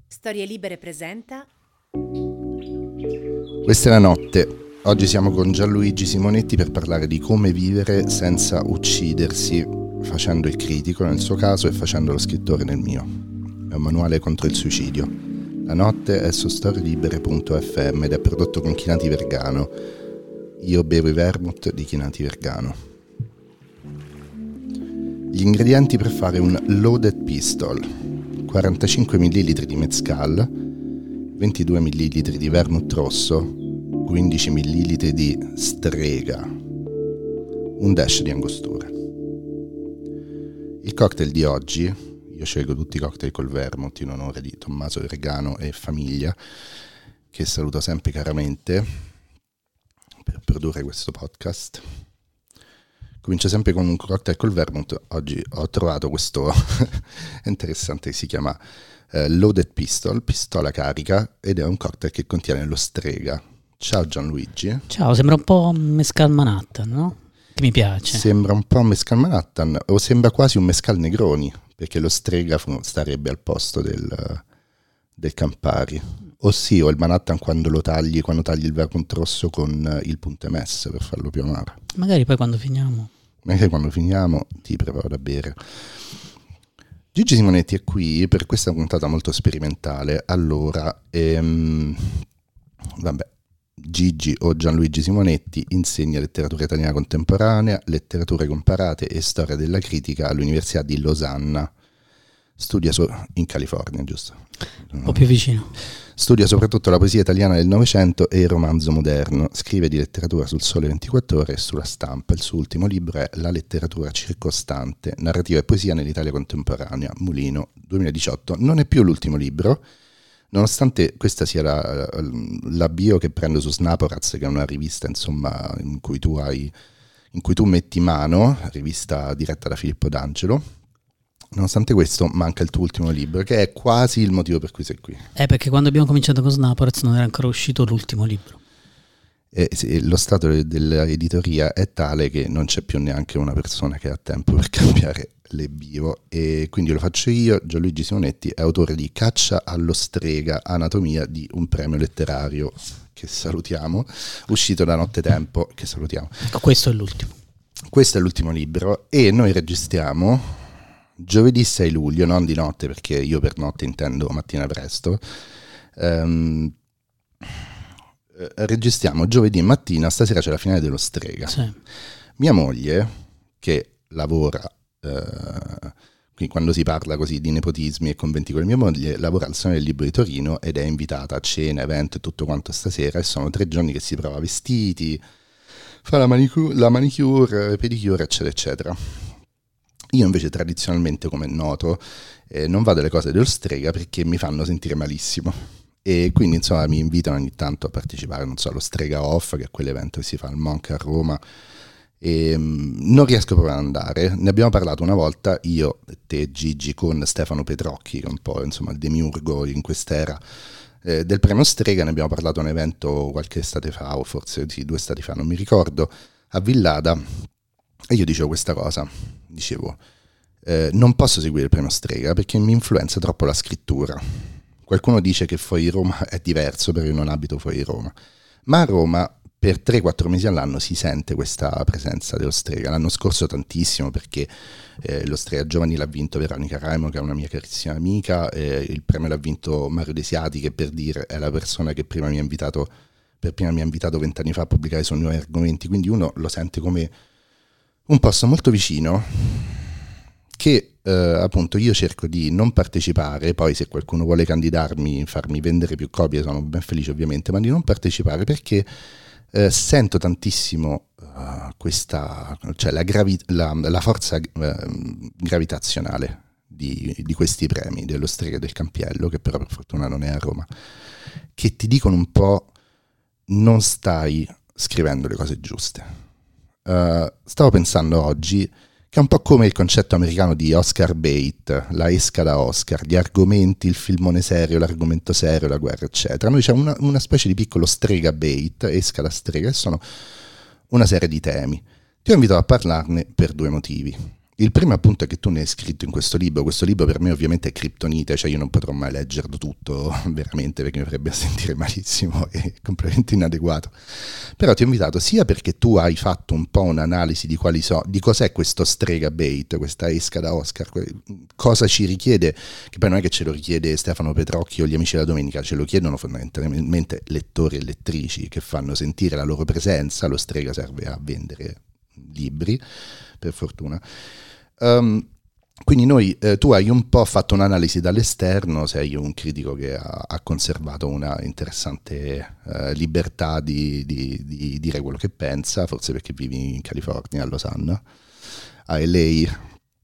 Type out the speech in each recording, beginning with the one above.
Storie Libere presenta Questa è la notte. Oggi siamo con Gianluigi Simonetti per parlare di come vivere senza uccidersi, facendo il critico nel suo caso e facendo lo scrittore nel mio. È un manuale contro il suicidio. La notte è su storielibere.fm ed è prodotto con Chinati Vergano. Io bevo i vermouth di Chinati Vergano. Gli ingredienti per fare un loaded pistol: 45 ml di mezcal, 22 ml di vermouth rosso, 15 ml di strega, un dash di angostura. Il cocktail di oggi, io scelgo tutti i cocktail col vermouth in onore di Tommaso Vergano e famiglia, che saluto sempre caramente per produrre questo podcast. Comincio sempre con un cocktail col vermouth. Oggi ho trovato questo interessante che si chiama Loaded Pistol, pistola carica, ed è un cocktail che contiene lo strega. Ciao Gianluigi. Ciao, sembra un po' un Mescal Manhattan, no? Che mi piace. Sembra un po' un Mescal Manhattan, o sembra quasi un Mescal Negroni, perché lo strega starebbe al posto del Campari. O sì, o il Manhattan quando tagli il vermouth rosso con il punto MS per farlo più amaro. Magari poi quando finiamo ti preparo da bere. Gigi Simonetti è qui per questa puntata molto sperimentale. Allora, Gigi o Gianluigi Simonetti insegna letteratura italiana contemporanea, letterature comparate e storia della critica all'Università di Losanna. Studia in California, giusto? un po' più vicino. Studia soprattutto la poesia italiana del Novecento e il romanzo moderno. Scrive di letteratura sul Sole 24 Ore e sulla Stampa. Il suo ultimo libro è La letteratura circostante, narrativa e poesia nell'Italia contemporanea, Mulino, 2018. Non è più l'ultimo libro, nonostante questa sia la bio che prendo su Snaporaz, che è una rivista insomma in cui tu metti mano, rivista diretta da Filippo D'Angelo. Nonostante questo manca il tuo ultimo libro, che è quasi il motivo per cui sei qui. Perché quando abbiamo cominciato con Snaporaz non era ancora uscito l'ultimo libro. Lo stato dell'editoria è tale che non c'è più neanche una persona che ha tempo per cambiare le bio, e quindi lo faccio io. Gianluigi Simonetti è autore di Caccia allo strega, anatomia di un premio letterario, che salutiamo, uscito da Nottetempo, che salutiamo. Ecco, questo è l'ultimo. Questo è l'ultimo libro e noi registriamo giovedì 6 luglio, non di notte, perché io per notte intendo mattina presto. Registriamo giovedì mattina, stasera c'è la finale dello strega. Sì. Mia moglie, che lavora, quindi quando si parla così di nepotismi e conventi con mia moglie, lavora al Salone del Libro di Torino ed è invitata a cena, evento e tutto quanto stasera, e sono 3 giorni che si prova vestiti, fa la manicure, pedicure, eccetera, eccetera. Io invece tradizionalmente, come è noto, non vado alle cose dello strega perché mi fanno sentire malissimo, e quindi insomma mi invitano ogni tanto a partecipare, non so, allo Strega Off, che è quell'evento che si fa al Monk a Roma, e non riesco proprio ad andare. Ne abbiamo parlato una volta, io, te, Gigi, con Stefano Petrocchi, che è un po' insomma il demiurgo in quest'era del premio Strega. Ne abbiamo parlato a un evento qualche estate fa, o forse sì, 2 estati fa, non mi ricordo, a Villada, e io dicevo questa cosa. Dicevo, non posso seguire il premio Strega perché mi influenza troppo la scrittura. Qualcuno dice che fuori Roma è diverso, perché io non abito fuori Roma, ma a Roma per 3-4 mesi all'anno si sente questa presenza dello Strega. L'anno scorso tantissimo, perché lo Strega Giovani l'ha vinto Veronica Raimo, che è una mia carissima amica, il premio l'ha vinto Mario Desiati, che per dire è la persona che prima mi ha invitato 20 anni fa a pubblicare su Nuovi Argomenti, quindi uno lo sente come un posto molto vicino, che appunto io cerco di non partecipare. Poi se qualcuno vuole candidarmi, farmi vendere più copie, sono ben felice ovviamente, ma di non partecipare perché sento tantissimo la forza gravitazionale di questi premi dello Strega del Campiello, che però per fortuna non è a Roma, che ti dicono un po' non stai scrivendo le cose giuste. Stavo pensando oggi che è un po' come il concetto americano di Oscar bait, la esca da Oscar, gli argomenti, il filmone serio, l'argomento serio, la guerra, eccetera. Noi c'è una specie di piccolo strega bait, esca da strega, che sono una serie di temi. Ti ho invitato a parlarne per 2 motivi. Il primo appunto è che tu ne hai scritto in questo libro per me ovviamente è criptonite, cioè io non potrò mai leggerlo tutto veramente perché mi farebbe sentire malissimo e completamente inadeguato, però ti ho invitato sia perché tu hai fatto un po' un'analisi di di cos'è questo strega bait, questa esca da Oscar, cosa ci richiede, che poi non è che ce lo richiede Stefano Petrocchi o gli Amici della Domenica, ce lo chiedono fondamentalmente lettori e lettrici che fanno sentire la loro presenza. Lo strega serve a vendere libri, per fortuna. Quindi tu hai un po' fatto un'analisi dall'esterno, sei un critico che ha conservato una interessante libertà di dire quello che pensa, forse perché vivi in California, a Losanna, a LA,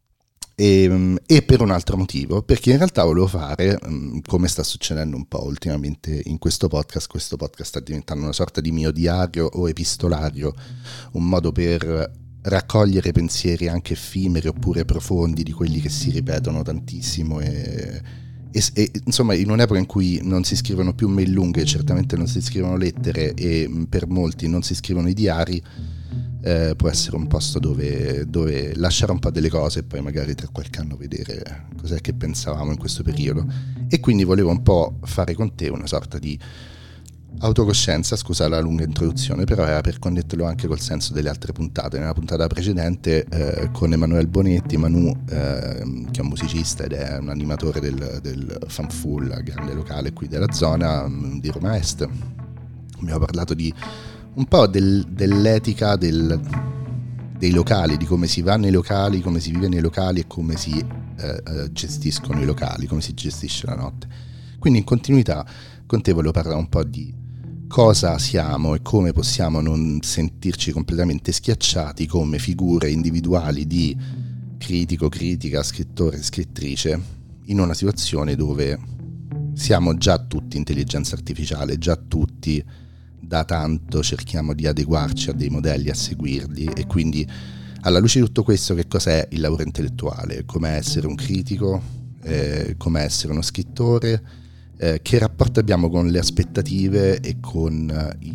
e per un altro motivo, perché in realtà volevo fare, come sta succedendo un po' ultimamente in questo podcast sta diventando una sorta di mio diario o epistolario, un modo per raccogliere pensieri anche effimeri oppure profondi di quelli che si ripetono tantissimo e insomma in un'epoca in cui non si scrivono più mail lunghe, certamente non si scrivono lettere e per molti non si scrivono i diari, può essere un posto dove lasciare un po' delle cose e poi magari tra qualche anno vedere cos'è che pensavamo in questo periodo. E quindi volevo un po' fare con te una sorta di autocoscienza, scusa la lunga introduzione, però era per connetterlo anche col senso delle altre puntate. Nella puntata precedente con Emanuele Bonetti, Manu, che è un musicista ed è un animatore del Fanful, grande locale qui della zona di Roma Est, abbiamo parlato di un po' dell'etica dei locali, di come si va nei locali, come si vive nei locali e come si gestiscono i locali, come si gestisce la notte. Quindi in continuità con te volevo parlare un po' di cosa siamo e come possiamo non sentirci completamente schiacciati come figure individuali di critico, critica, scrittore, scrittrice in una situazione dove siamo già tutti intelligenza artificiale, già tutti da tanto cerchiamo di adeguarci a dei modelli, a seguirli, e quindi alla luce di tutto questo che cos'è il lavoro intellettuale, come essere un critico, come essere uno scrittore, che rapporto abbiamo con le aspettative e con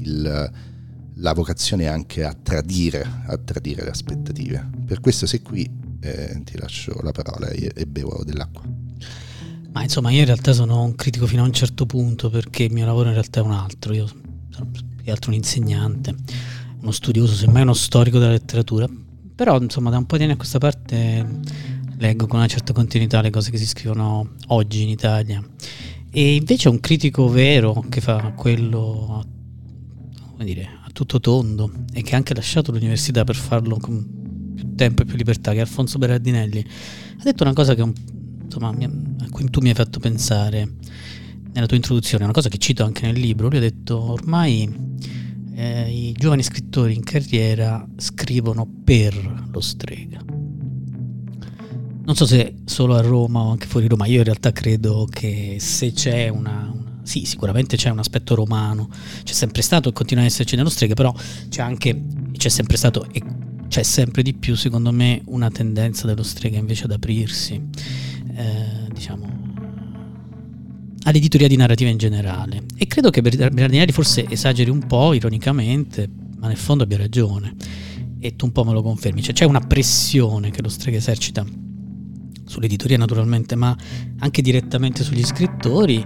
la vocazione anche a tradire le aspettative. Per questo sei qui, ti lascio la parola e bevo dell'acqua. Ma insomma io in realtà sono un critico fino a un certo punto, perché il mio lavoro in realtà è un altro. Io sono più che altro un insegnante, uno studioso, semmai uno storico della letteratura, però insomma da un po' di anni a questa parte leggo con una certa continuità le cose che si scrivono oggi in Italia, e invece un critico vero che fa quello a tutto tondo e che ha anche lasciato l'università per farlo con più tempo e più libertà, che è Alfonso Berardinelli, ha detto una cosa che a cui tu mi hai fatto pensare nella tua introduzione, una cosa che cito anche nel libro. Lui ha detto: ormai i giovani scrittori in carriera scrivono per lo strega. Non so se solo a Roma o anche fuori Roma. Io in realtà credo che se c'è sì, sicuramente c'è un aspetto romano, c'è sempre stato e continua ad esserci nello strega, però c'è sempre stato e c'è sempre di più, secondo me, una tendenza dello strega invece ad aprirsi all'editoria di narrativa in generale, e credo che Berardinelli forse esageri un po' ironicamente, ma nel fondo abbia ragione, e tu un po' me lo confermi. Cioè c'è una pressione che lo strega esercita sull'editoria naturalmente, ma anche direttamente sugli scrittori,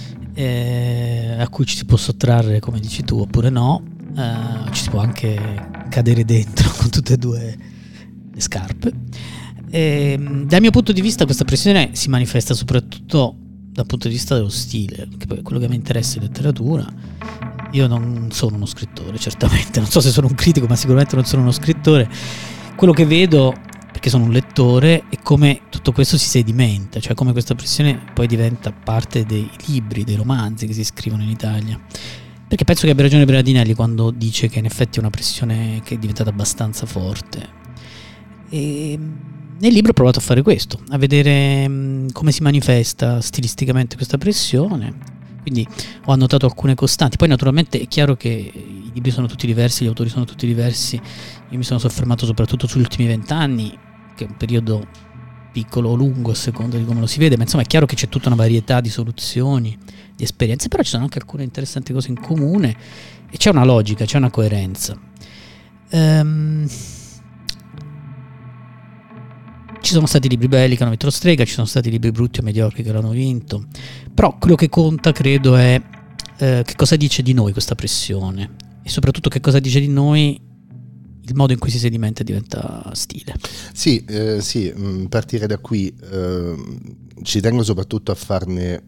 a cui ci si può sottrarre, come dici tu, oppure no, ci si può anche cadere dentro con tutte e due le scarpe. Dal mio punto di vista questa pressione si manifesta soprattutto dal punto di vista dello stile, che poi è quello che mi interessa in letteratura. Io non sono uno scrittore, certamente, non so se sono un critico, ma sicuramente non sono uno scrittore. Quello che vedo, perché sono un lettore, è come tutto questo si sedimenta, cioè come questa pressione poi diventa parte dei libri, dei romanzi che si scrivono in Italia. Perché penso che abbia ragione Berardinelli quando dice che in effetti è una pressione che è diventata abbastanza forte. E nel libro ho provato a fare questo, a vedere come si manifesta stilisticamente questa pressione, quindi ho annotato alcune costanti. Poi naturalmente è chiaro che i libri sono tutti diversi, gli autori sono tutti diversi. Io mi sono soffermato soprattutto sugli ultimi 20 anni, che è un periodo piccolo o lungo a seconda di come lo si vede, ma insomma è chiaro che c'è tutta una varietà di soluzioni, di esperienze, però ci sono anche alcune interessanti cose in comune e c'è una logica, c'è una coerenza. Ci sono stati libri belli che hanno vinto lo Strega, ci sono stati libri brutti o mediocri che l'hanno vinto, però quello che conta credo è che cosa dice di noi questa pressione e soprattutto che cosa dice di noi il modo in cui si sedimenta e diventa stile. Sì, partire da qui. Ci tengo soprattutto a farne,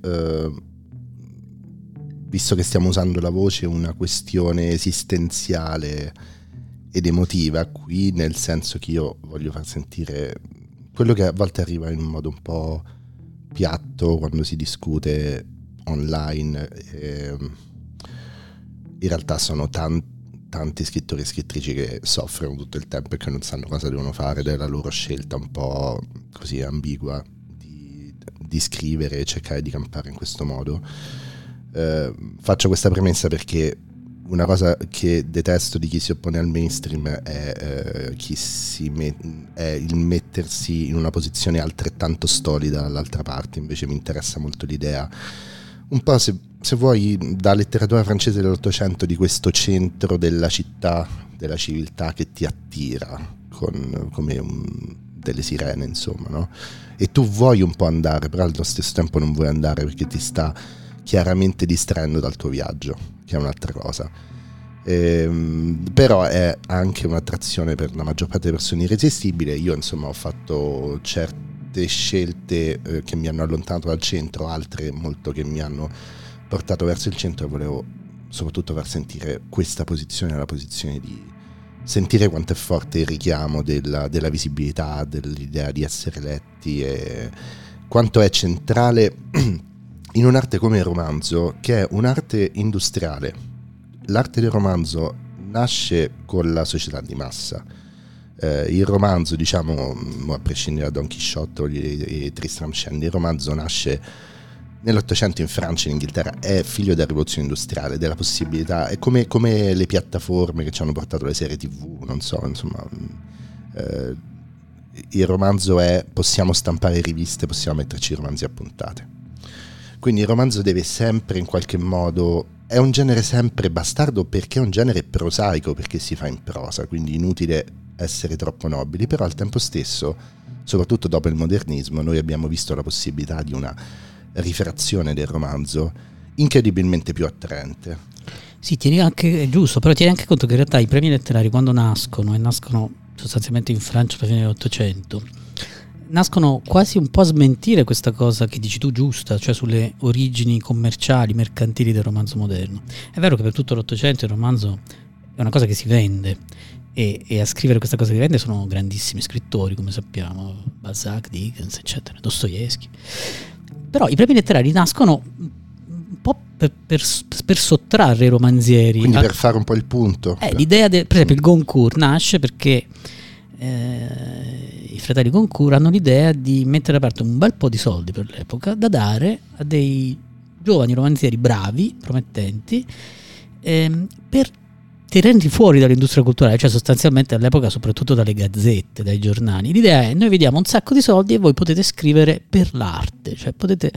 visto che stiamo usando la voce, una questione esistenziale ed emotiva qui, nel senso che io voglio far sentire quello che a volte arriva in un modo un po' piatto quando si discute online. In realtà sono tanti scrittori e scrittrici che soffrono tutto il tempo e che non sanno cosa devono fare, ed è la loro scelta un po' così ambigua di scrivere e cercare di campare in questo modo. Faccio questa premessa perché una cosa che detesto di chi si oppone al mainstream è è il mettersi in una posizione altrettanto stolida dall'altra parte. Invece mi interessa molto l'idea, un po' se vuoi, da letteratura francese dell'Ottocento, di questo centro della città, della civiltà che ti attira come delle sirene, insomma, no? E tu vuoi un po' andare, però allo stesso tempo non vuoi andare perché ti sta chiaramente distraendo dal tuo viaggio, che è un'altra cosa. Però è anche un'attrazione per la maggior parte delle persone irresistibile. Io insomma ho fatto certe scelte che mi hanno allontanato dal centro, altre molto che mi hanno portato verso il centro, e volevo soprattutto far sentire questa posizione, la posizione di sentire quanto è forte il richiamo della visibilità, dell'idea di essere letti, e quanto è centrale in un'arte come il romanzo, che è un'arte industriale. L'arte del romanzo nasce con la società di massa. Il romanzo, diciamo, a prescindere da Don Chisciotte e Tristram Shandy, il romanzo nasce nell'Ottocento in Francia e in Inghilterra, è figlio della rivoluzione industriale, della possibilità, è come le piattaforme che ci hanno portato le serie TV, non so, insomma, il romanzo è: possiamo stampare riviste, possiamo metterci i romanzi a puntate. Quindi il romanzo deve sempre in qualche modo, è un genere sempre bastardo perché è un genere prosaico, perché si fa in prosa, quindi inutile essere troppo nobili, però al tempo stesso, soprattutto dopo il modernismo, noi abbiamo visto la possibilità di una rifrazione del romanzo incredibilmente più attraente. Sì, tieni anche, è giusto, però tieni anche conto che in realtà i premi letterari, quando nascono, e nascono sostanzialmente in Francia alla fine dell'Ottocento, nascono quasi un po' a smentire questa cosa che dici tu giusta, cioè sulle origini commerciali, mercantili del romanzo moderno. È vero che per tutto l'Ottocento il romanzo è una cosa che si vende, e a scrivere questa cosa che vende sono grandissimi scrittori, come sappiamo, Balzac, Dickens, eccetera, Dostoevsky. Però i premi letterari nascono un po' per sottrarre i romanzieri. Quindi per fare un po' il punto. L'idea per esempio il Goncourt nasce perché i fratelli Goncourt hanno l'idea di mettere da parte un bel po' di soldi per l'epoca da dare a dei giovani romanzieri bravi, promettenti, per tenerli fuori dall'industria culturale, cioè sostanzialmente all'epoca soprattutto dalle gazzette, dai giornali. L'idea è: noi vi diamo un sacco di soldi e voi potete scrivere per l'arte, cioè potete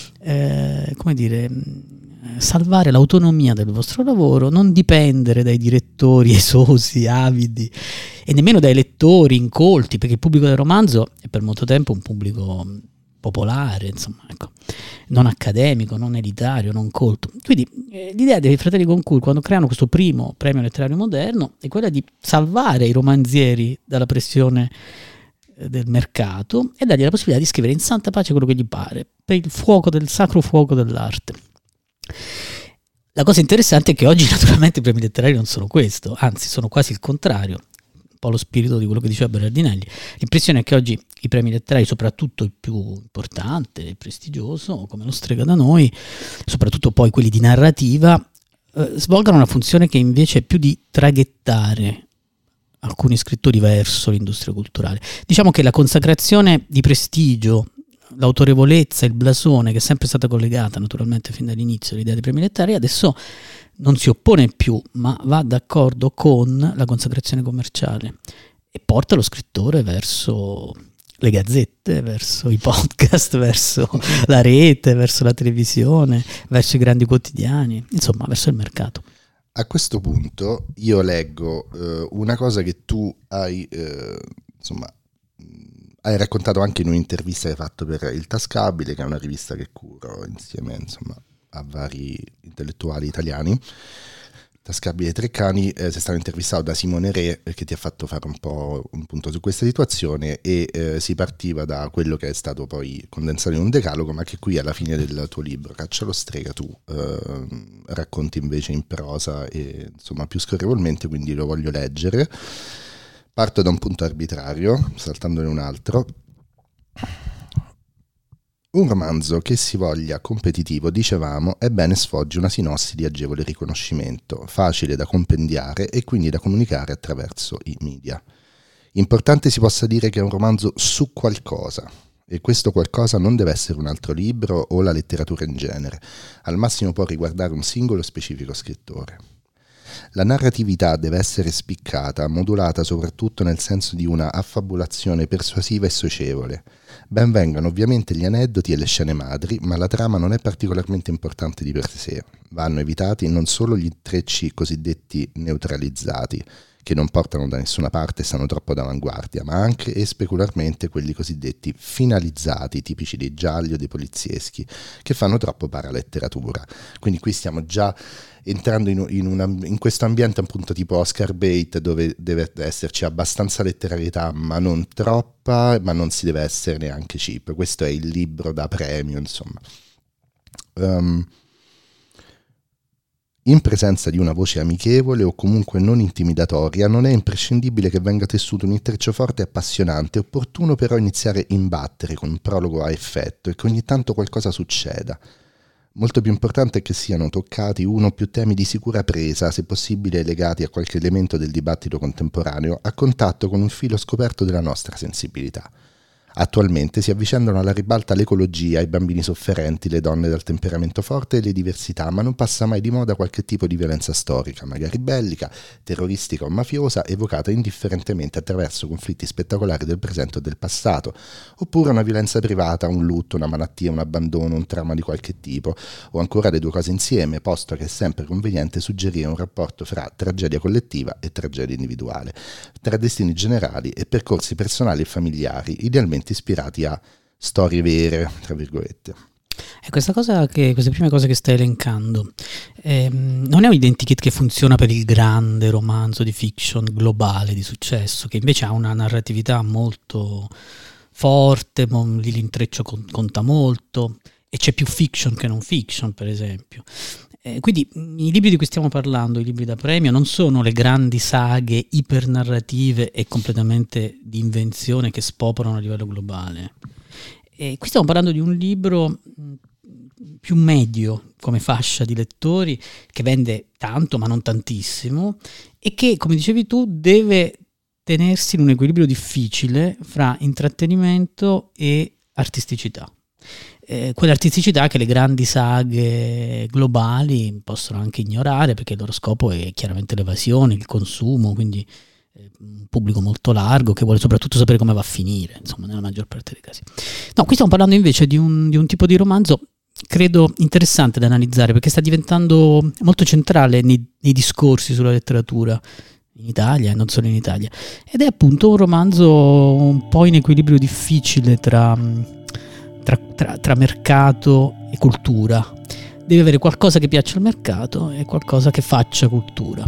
salvare l'autonomia del vostro lavoro, non dipendere dai direttori esosi, avidi, e nemmeno dai lettori incolti, perché il pubblico del romanzo è per molto tempo un pubblico popolare, insomma, ecco, non accademico, non elitario, non colto. Quindi l'idea dei fratelli Goncourt, quando creano questo primo premio letterario moderno, è quella di salvare i romanzieri dalla pressione del mercato e dargli la possibilità di scrivere in santa pace quello che gli pare, per il fuoco del sacro fuoco dell'arte. La cosa interessante è che oggi naturalmente i premi letterari non sono questo, anzi sono quasi il contrario, un po' lo spirito di quello che diceva Berardinelli. L'impressione è che oggi i premi letterari, soprattutto il più importante, il prestigioso, come lo Strega da noi, soprattutto poi quelli di narrativa, svolgano una funzione che invece è più di traghettare alcuni scrittori verso l'industria culturale. Diciamo che la consacrazione di prestigio, l'autorevolezza, il blasone, che è sempre stata collegata naturalmente fin dall'inizio all'idea dei premi letterari, adesso non si oppone più, ma va d'accordo con la consacrazione commerciale e porta lo scrittore verso le gazzette, verso i podcast, verso la rete, verso la televisione, verso i grandi quotidiani, insomma verso il mercato. A questo punto io leggo una cosa che tu hai hai raccontato anche in un'intervista che hai fatto per Il Tascabile, che è una rivista che curo insieme, insomma, a vari intellettuali italiani. Tascabile Treccani, sei stato intervistato da Simone Re, che ti ha fatto fare un po' un punto su questa situazione, e si partiva da quello che è stato poi condensato in un decalogo, ma che qui alla fine del tuo libro Caccia allo strega tu racconti invece in prosa e insomma più scorrevolmente, quindi lo voglio leggere. Parto da un punto arbitrario, saltandone un altro. Un romanzo che si voglia competitivo, dicevamo, ebbene sfoggi una sinossi di agevole riconoscimento, facile da compendiare e quindi da comunicare attraverso i media. Importante si possa dire che è un romanzo su qualcosa, e questo qualcosa non deve essere un altro libro o la letteratura in genere, al massimo può riguardare un singolo specifico scrittore. La narratività deve essere spiccata, modulata soprattutto nel senso di una affabulazione persuasiva e socievole. Ben vengano ovviamente gli aneddoti e le scene madri, ma la trama non è particolarmente importante di per sé. Vanno evitati non solo gli intrecci cosiddetti neutralizzati, che non portano da nessuna parte e stanno troppo d'avanguardia, ma anche e specularmente quelli cosiddetti finalizzati, tipici dei gialli o dei polizieschi, che fanno troppo paraletteratura. Quindi qui stiamo già entrando in questo ambiente appunto tipo Oscar bait, dove deve esserci abbastanza letterarietà ma non troppa, ma non si deve essere neanche cheap. Questo è il libro da premio, insomma. In presenza di una voce amichevole o comunque non intimidatoria non è imprescindibile che venga tessuto un intreccio forte e appassionante. È opportuno però iniziare in battere con un prologo a effetto e che ogni tanto qualcosa succeda. Molto più importante è che siano toccati uno o più temi di sicura presa, se possibile legati a qualche elemento del dibattito contemporaneo, a contatto con un filo scoperto della nostra sensibilità. Attualmente si avvicendano alla ribalta l'ecologia, i bambini sofferenti, le donne dal temperamento forte e le diversità, ma non passa mai di moda qualche tipo di violenza storica, magari bellica, terroristica o mafiosa, evocata indifferentemente attraverso conflitti spettacolari del presente o del passato, oppure una violenza privata, un lutto, una malattia, un abbandono, un trauma di qualche tipo, o ancora le due cose insieme, posto che è sempre conveniente suggerire un rapporto fra tragedia collettiva e tragedia individuale, tra destini generali e percorsi personali e familiari, idealmente ispirati a storie vere, tra virgolette. Queste prime cose che stai elencando, non è un identikit che funziona per il grande romanzo di fiction globale di successo, che invece ha una narratività molto forte, lì l'intreccio conta molto, e c'è più fiction che non fiction, per esempio. Quindi i libri di cui stiamo parlando, i libri da premio, non sono le grandi saghe ipernarrative e completamente di invenzione che spopolano a livello globale. Qui stiamo parlando di un libro più medio come fascia di lettori, che vende tanto ma non tantissimo, e che, come dicevi tu, deve tenersi in un equilibrio difficile fra intrattenimento e artisticità. Quell'artisticità che le grandi saghe globali possono anche ignorare, perché il loro scopo è chiaramente l'evasione, il consumo, quindi un pubblico molto largo che vuole soprattutto sapere come va a finire, insomma, nella maggior parte dei casi. No, qui stiamo parlando invece di un tipo di romanzo credo interessante da analizzare, perché sta diventando molto centrale nei discorsi sulla letteratura in Italia e non solo in Italia, ed è appunto un romanzo un po' in equilibrio difficile tra mercato e cultura. Deve avere qualcosa che piaccia al mercato e qualcosa che faccia cultura.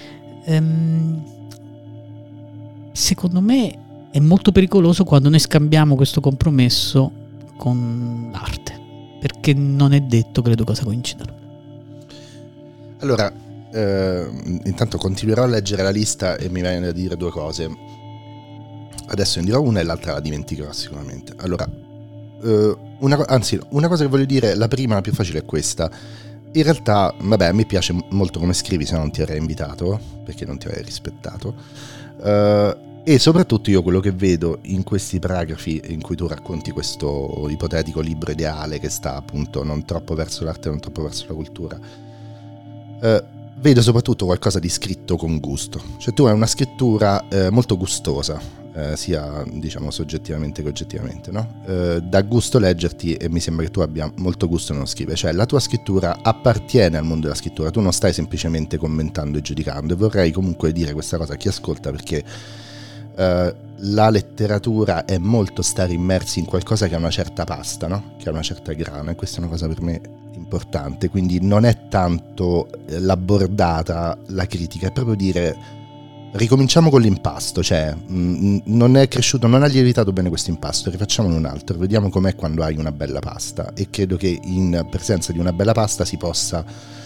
Secondo me è molto pericoloso quando noi scambiamo questo compromesso con l'arte, perché non è detto che le due cose coincidano. Allora, intanto continuerò a leggere la lista e mi viene da dire due cose. Adesso ne dirò una e l'altra la dimenticherò sicuramente. Allora, una cosa che voglio dire, la prima, la più facile, è questa. In realtà, vabbè, mi piace molto come scrivi, se no non ti avrei invitato, perché non ti avrei rispettato. E soprattutto io quello che vedo in questi paragrafi in cui tu racconti questo ipotetico libro ideale che sta appunto non troppo verso l'arte, non troppo verso la cultura, vedo soprattutto qualcosa di scritto con gusto. Cioè tu hai una scrittura molto gustosa, sia diciamo soggettivamente che oggettivamente, no? Da gusto leggerti, e mi sembra che tu abbia molto gusto nello scrivere. Cioè la tua scrittura appartiene al mondo della scrittura, tu non stai semplicemente commentando e giudicando, e vorrei comunque dire questa cosa a chi ascolta, perché la letteratura è molto stare immersi in qualcosa che ha una certa pasta, no? Che ha una certa grana, e questa è una cosa per me importante. Quindi non è tanto la bordata, la critica, è proprio dire ricominciamo con l'impasto, cioè non è cresciuto, non ha lievitato bene questo impasto, rifacciamone un altro, vediamo com'è quando hai una bella pasta. E credo che in presenza di una bella pasta si possa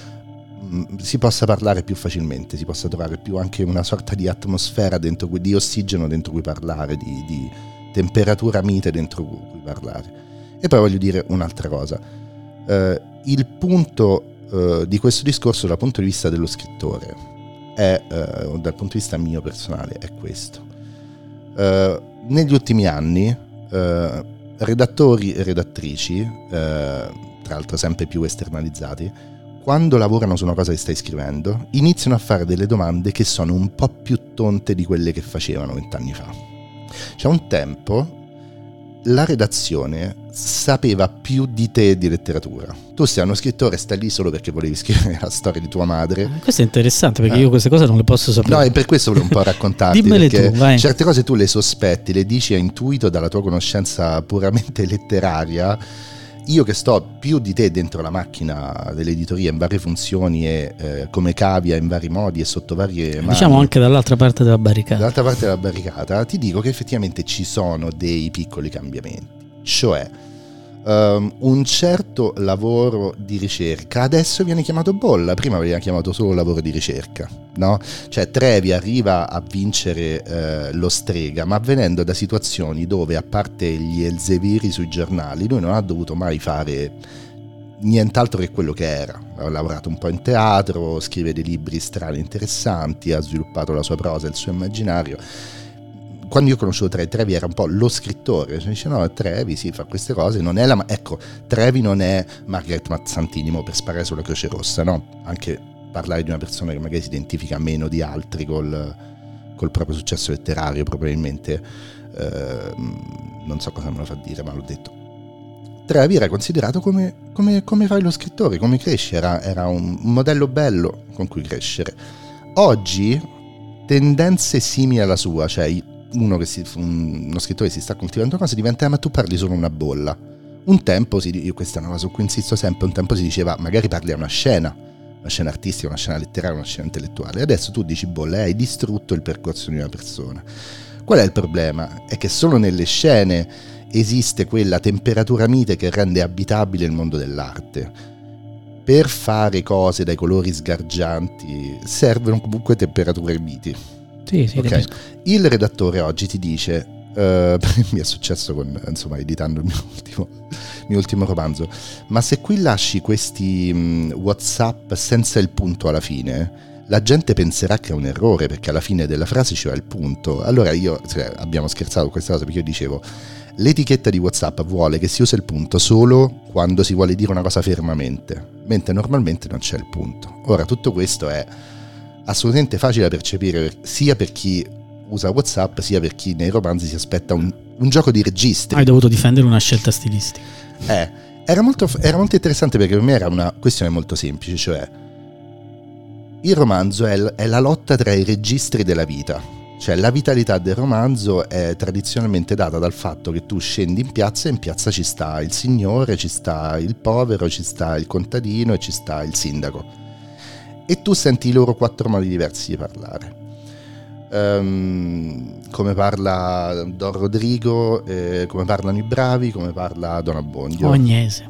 parlare più facilmente, si possa trovare più anche una sorta di atmosfera dentro cui, di ossigeno dentro cui parlare, di temperatura mite dentro cui parlare. E poi voglio dire un'altra cosa, il punto di questo discorso dal punto di vista dello scrittore è, dal punto di vista mio personale, è questo: negli ultimi anni redattori e redattrici, tra l'altro sempre più esternalizzati, quando lavorano su una cosa che stai scrivendo, iniziano a fare delle domande che sono un po' più tonte di quelle che facevano 20 anni fa. C'è un tempo la redazione sapeva più di te di letteratura. Tu sei uno scrittore, stai lì solo perché volevi scrivere la storia di tua madre. Questo è interessante, perché io queste cose non le posso sapere. No, e per questo volevo un po' raccontarti. Dimmele perché tu, vai. Certe cose tu le sospetti, le dici a intuito dalla tua conoscenza puramente letteraria. Io che sto più di te dentro la macchina dell'editoria in varie funzioni e come cavia in vari modi e sotto varie mani, diciamo anche dall'altra parte della barricata. Dall'altra parte della barricata ti dico che effettivamente ci sono dei piccoli cambiamenti. Cioè un certo lavoro di ricerca adesso viene chiamato bolla, prima veniva chiamato solo lavoro di ricerca, no? Cioè Trevi arriva a vincere lo Strega, ma venendo da situazioni dove, a parte gli elzeviri sui giornali, lui non ha dovuto mai fare nient'altro che quello che era. Ha lavorato un po' in teatro, scrive dei libri strani interessanti, ha sviluppato la sua prosa e il suo immaginario. Quando io ho conosciuto Trevi era un po' lo scrittore, cioè dice no, Trevi si fa queste cose, non è ecco, Trevi non è Margaret Mazzantini, per sparare sulla Croce Rossa, no? Anche parlare di una persona che magari si identifica meno di altri col proprio successo letterario, probabilmente non so cosa me lo fa dire, ma l'ho detto. Trevi era considerato come fai lo scrittore, come cresci, era un modello bello con cui crescere. Oggi tendenze simili alla sua, cioè uno scrittore che si sta coltivando cose diventa ma tu parli solo una bolla. Un tempo io questa è una cosa su cui insisto sempre, un tempo si diceva magari parli a una scena artistica, una scena letteraria, una scena intellettuale. Adesso tu dici bolla, hai distrutto il percorso di una persona. Qual è il problema? È che solo nelle scene esiste quella temperatura mite che rende abitabile il mondo dell'arte. Per fare cose dai colori sgargianti servono comunque temperature miti. Sì, okay. Il redattore oggi ti dice, mi è successo editando il mio ultimo romanzo, ma se qui lasci questi WhatsApp senza il punto alla fine, la gente penserà che è un errore, perché alla fine della frase ci va il punto. Allora abbiamo scherzato con questa cosa, perché io dicevo l'etichetta di WhatsApp vuole che si usa il punto solo quando si vuole dire una cosa fermamente, mentre normalmente non c'è il punto. Ora tutto questo è assolutamente facile da percepire sia per chi usa WhatsApp sia per chi nei romanzi si aspetta un gioco di registri. Hai dovuto difendere una scelta stilistica. Era molto interessante, perché per me era una questione molto semplice, cioè il romanzo è la lotta tra i registri della vita. Cioè la vitalità del romanzo è tradizionalmente data dal fatto che tu scendi in piazza e in piazza ci sta il signore, ci sta il povero, ci sta il contadino e ci sta il sindaco. E tu senti i loro 4 modi diversi di parlare. Come parla Don Rodrigo, come parlano i bravi, come parla Don Abbondio. O Agnese.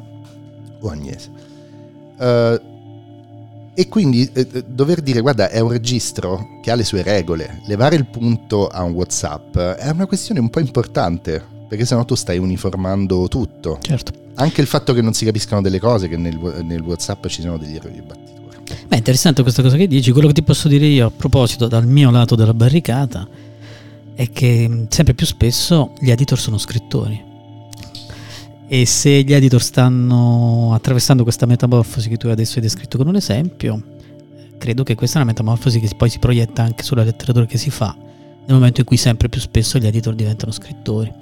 E quindi dover dire guarda, è un registro che ha le sue regole. Levare il punto a un WhatsApp è una questione un po' importante, perché sennò tu stai uniformando tutto. Certo. Anche il fatto che non si capiscano delle cose, che nel WhatsApp ci sono degli errori di battitura. Beh, interessante questa cosa che dici. Quello che ti posso dire io a proposito dal mio lato della barricata è che sempre più spesso gli editor sono scrittori, e se gli editor stanno attraversando questa metamorfosi che tu adesso hai descritto con un esempio, credo che questa è una metamorfosi che poi si proietta anche sulla letteratura che si fa, nel momento in cui sempre più spesso gli editor diventano scrittori.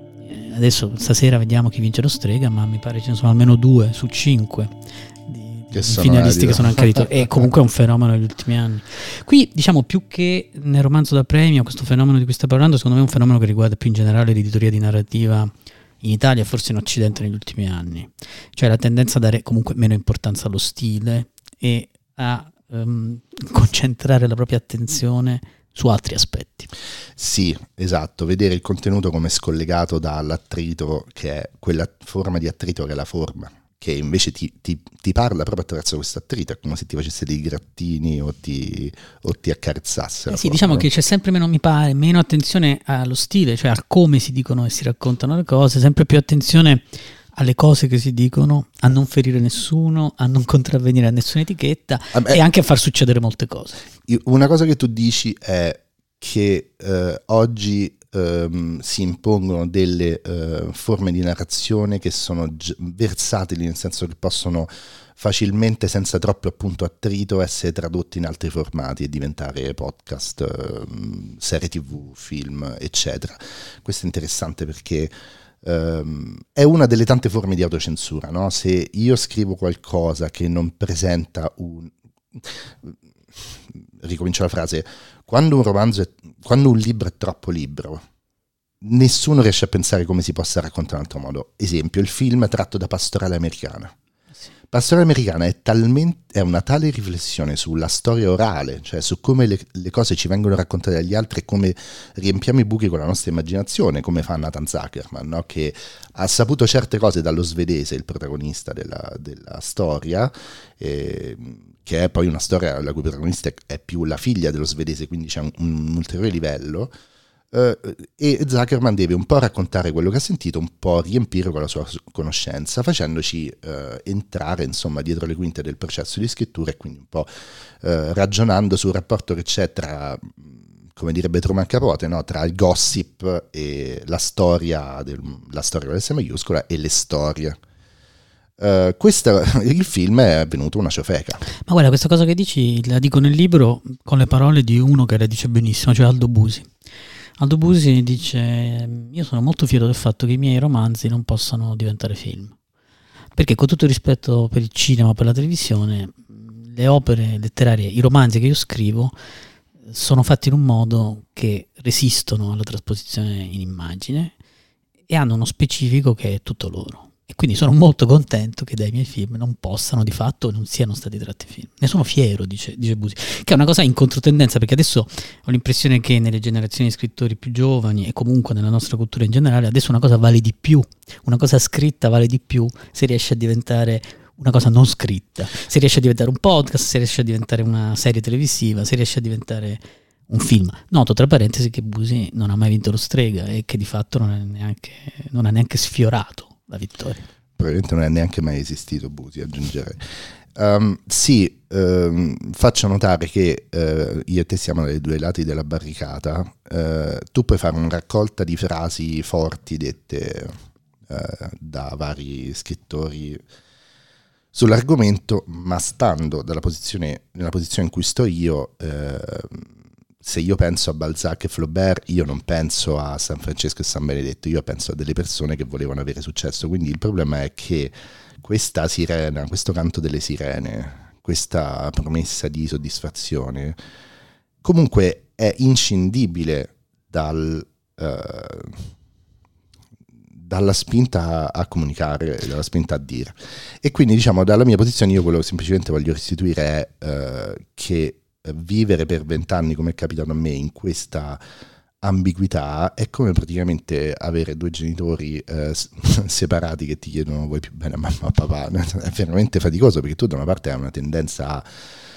Adesso stasera vediamo chi vince lo Strega, ma mi pare ce ne sono almeno 2 su 5 di finalisti che sono accaditi, è comunque un fenomeno negli ultimi anni. Qui, diciamo, più che nel romanzo da premio, questo fenomeno di cui stai parlando, secondo me è un fenomeno che riguarda più in generale l'editoria di narrativa in Italia e forse in Occidente negli ultimi anni, cioè la tendenza a dare comunque meno importanza allo stile e a concentrare la propria attenzione su altri aspetti. Sì, esatto, vedere il contenuto come scollegato dall'attrito, che è quella forma di attrito che è la forma, che invece ti parla proprio attraverso questo attrito, è come se ti facesse dei grattini o ti accarezzasse. Sì, diciamo che c'è sempre meno, mi pare, meno attenzione allo stile, cioè a come si dicono e si raccontano le cose, sempre più attenzione alle cose che si dicono, a non ferire nessuno, a non contravvenire a nessuna etichetta e anche a far succedere molte cose. Una cosa che tu dici è che oggi si impongono delle forme di narrazione che sono versatili, nel senso che possono facilmente, senza troppo appunto attrito, essere tradotti in altri formati e diventare podcast, serie TV, film, eccetera. Questo è interessante perché è una delle tante forme di autocensura, no? Se io scrivo qualcosa che non presenta ricomincio la frase, quando un libro è troppo libro, nessuno riesce a pensare come si possa raccontare in un altro modo. Esempio, il film tratto da Pastorale Americana. Pastorale Americana è una tale riflessione sulla storia orale, cioè su come le cose ci vengono raccontate dagli altri e come riempiamo i buchi con la nostra immaginazione, come fa Nathan Zuckerman, no? Che ha saputo certe cose dallo svedese, il protagonista della storia, che è poi una storia la cui protagonista è più la figlia dello svedese, quindi c'è un ulteriore livello. E Zuckerman deve un po' raccontare quello che ha sentito, un po' riempire con la sua conoscenza, facendoci entrare insomma dietro le quinte del processo di scrittura e quindi un po' ragionando sul rapporto che c'è tra, come direbbe Truman Capote, no? Tra il gossip e la storia con l'S maiuscola e le storie. Il film è avvenuto una ciofeca. Ma guarda, questa cosa che dici la dico nel libro con le parole di uno che la dice benissimo, cioè Aldo Busi. Aldo Busi dice: io sono molto fiero del fatto che i miei romanzi non possano diventare film, perché con tutto il rispetto per il cinema, per la televisione, le opere letterarie, i romanzi che io scrivo sono fatti in un modo che resistono alla trasposizione in immagine e hanno uno specifico che è tutto loro. E quindi sono molto contento che dai miei film non possano di fatto non siano stati tratti film. Ne sono fiero, dice Busi, che è una cosa in controtendenza, perché adesso ho l'impressione che nelle generazioni di scrittori più giovani e comunque nella nostra cultura in generale adesso una cosa vale di più, una cosa scritta vale di più se riesce a diventare una cosa non scritta, se riesce a diventare un podcast, se riesce a diventare una serie televisiva, se riesce a diventare un film. Noto tra parentesi che Busi non ha mai vinto lo Strega e che di fatto non ha neanche sfiorato la vittoria. Probabilmente non è neanche mai esistito Busi, aggiungerei. Faccio notare che io e te siamo dai due lati della barricata. Tu puoi fare una raccolta di frasi forti dette da vari scrittori sull'argomento, ma stando nella posizione in cui sto io, se io penso a Balzac e Flaubert, io non penso a San Francesco e San Benedetto, io penso a delle persone che volevano avere successo. Quindi il problema è che questa sirena, questo canto delle sirene, questa promessa di soddisfazione, comunque è inscindibile dalla spinta a comunicare, dalla spinta a dire. E quindi, diciamo, dalla mia posizione io quello che semplicemente voglio restituire è che vivere per 20 anni, come è capitato a me, in questa ambiguità è come praticamente avere due genitori separati che ti chiedono vuoi più bene a mamma o a papà. È veramente faticoso, perché tu da una parte hai una tendenza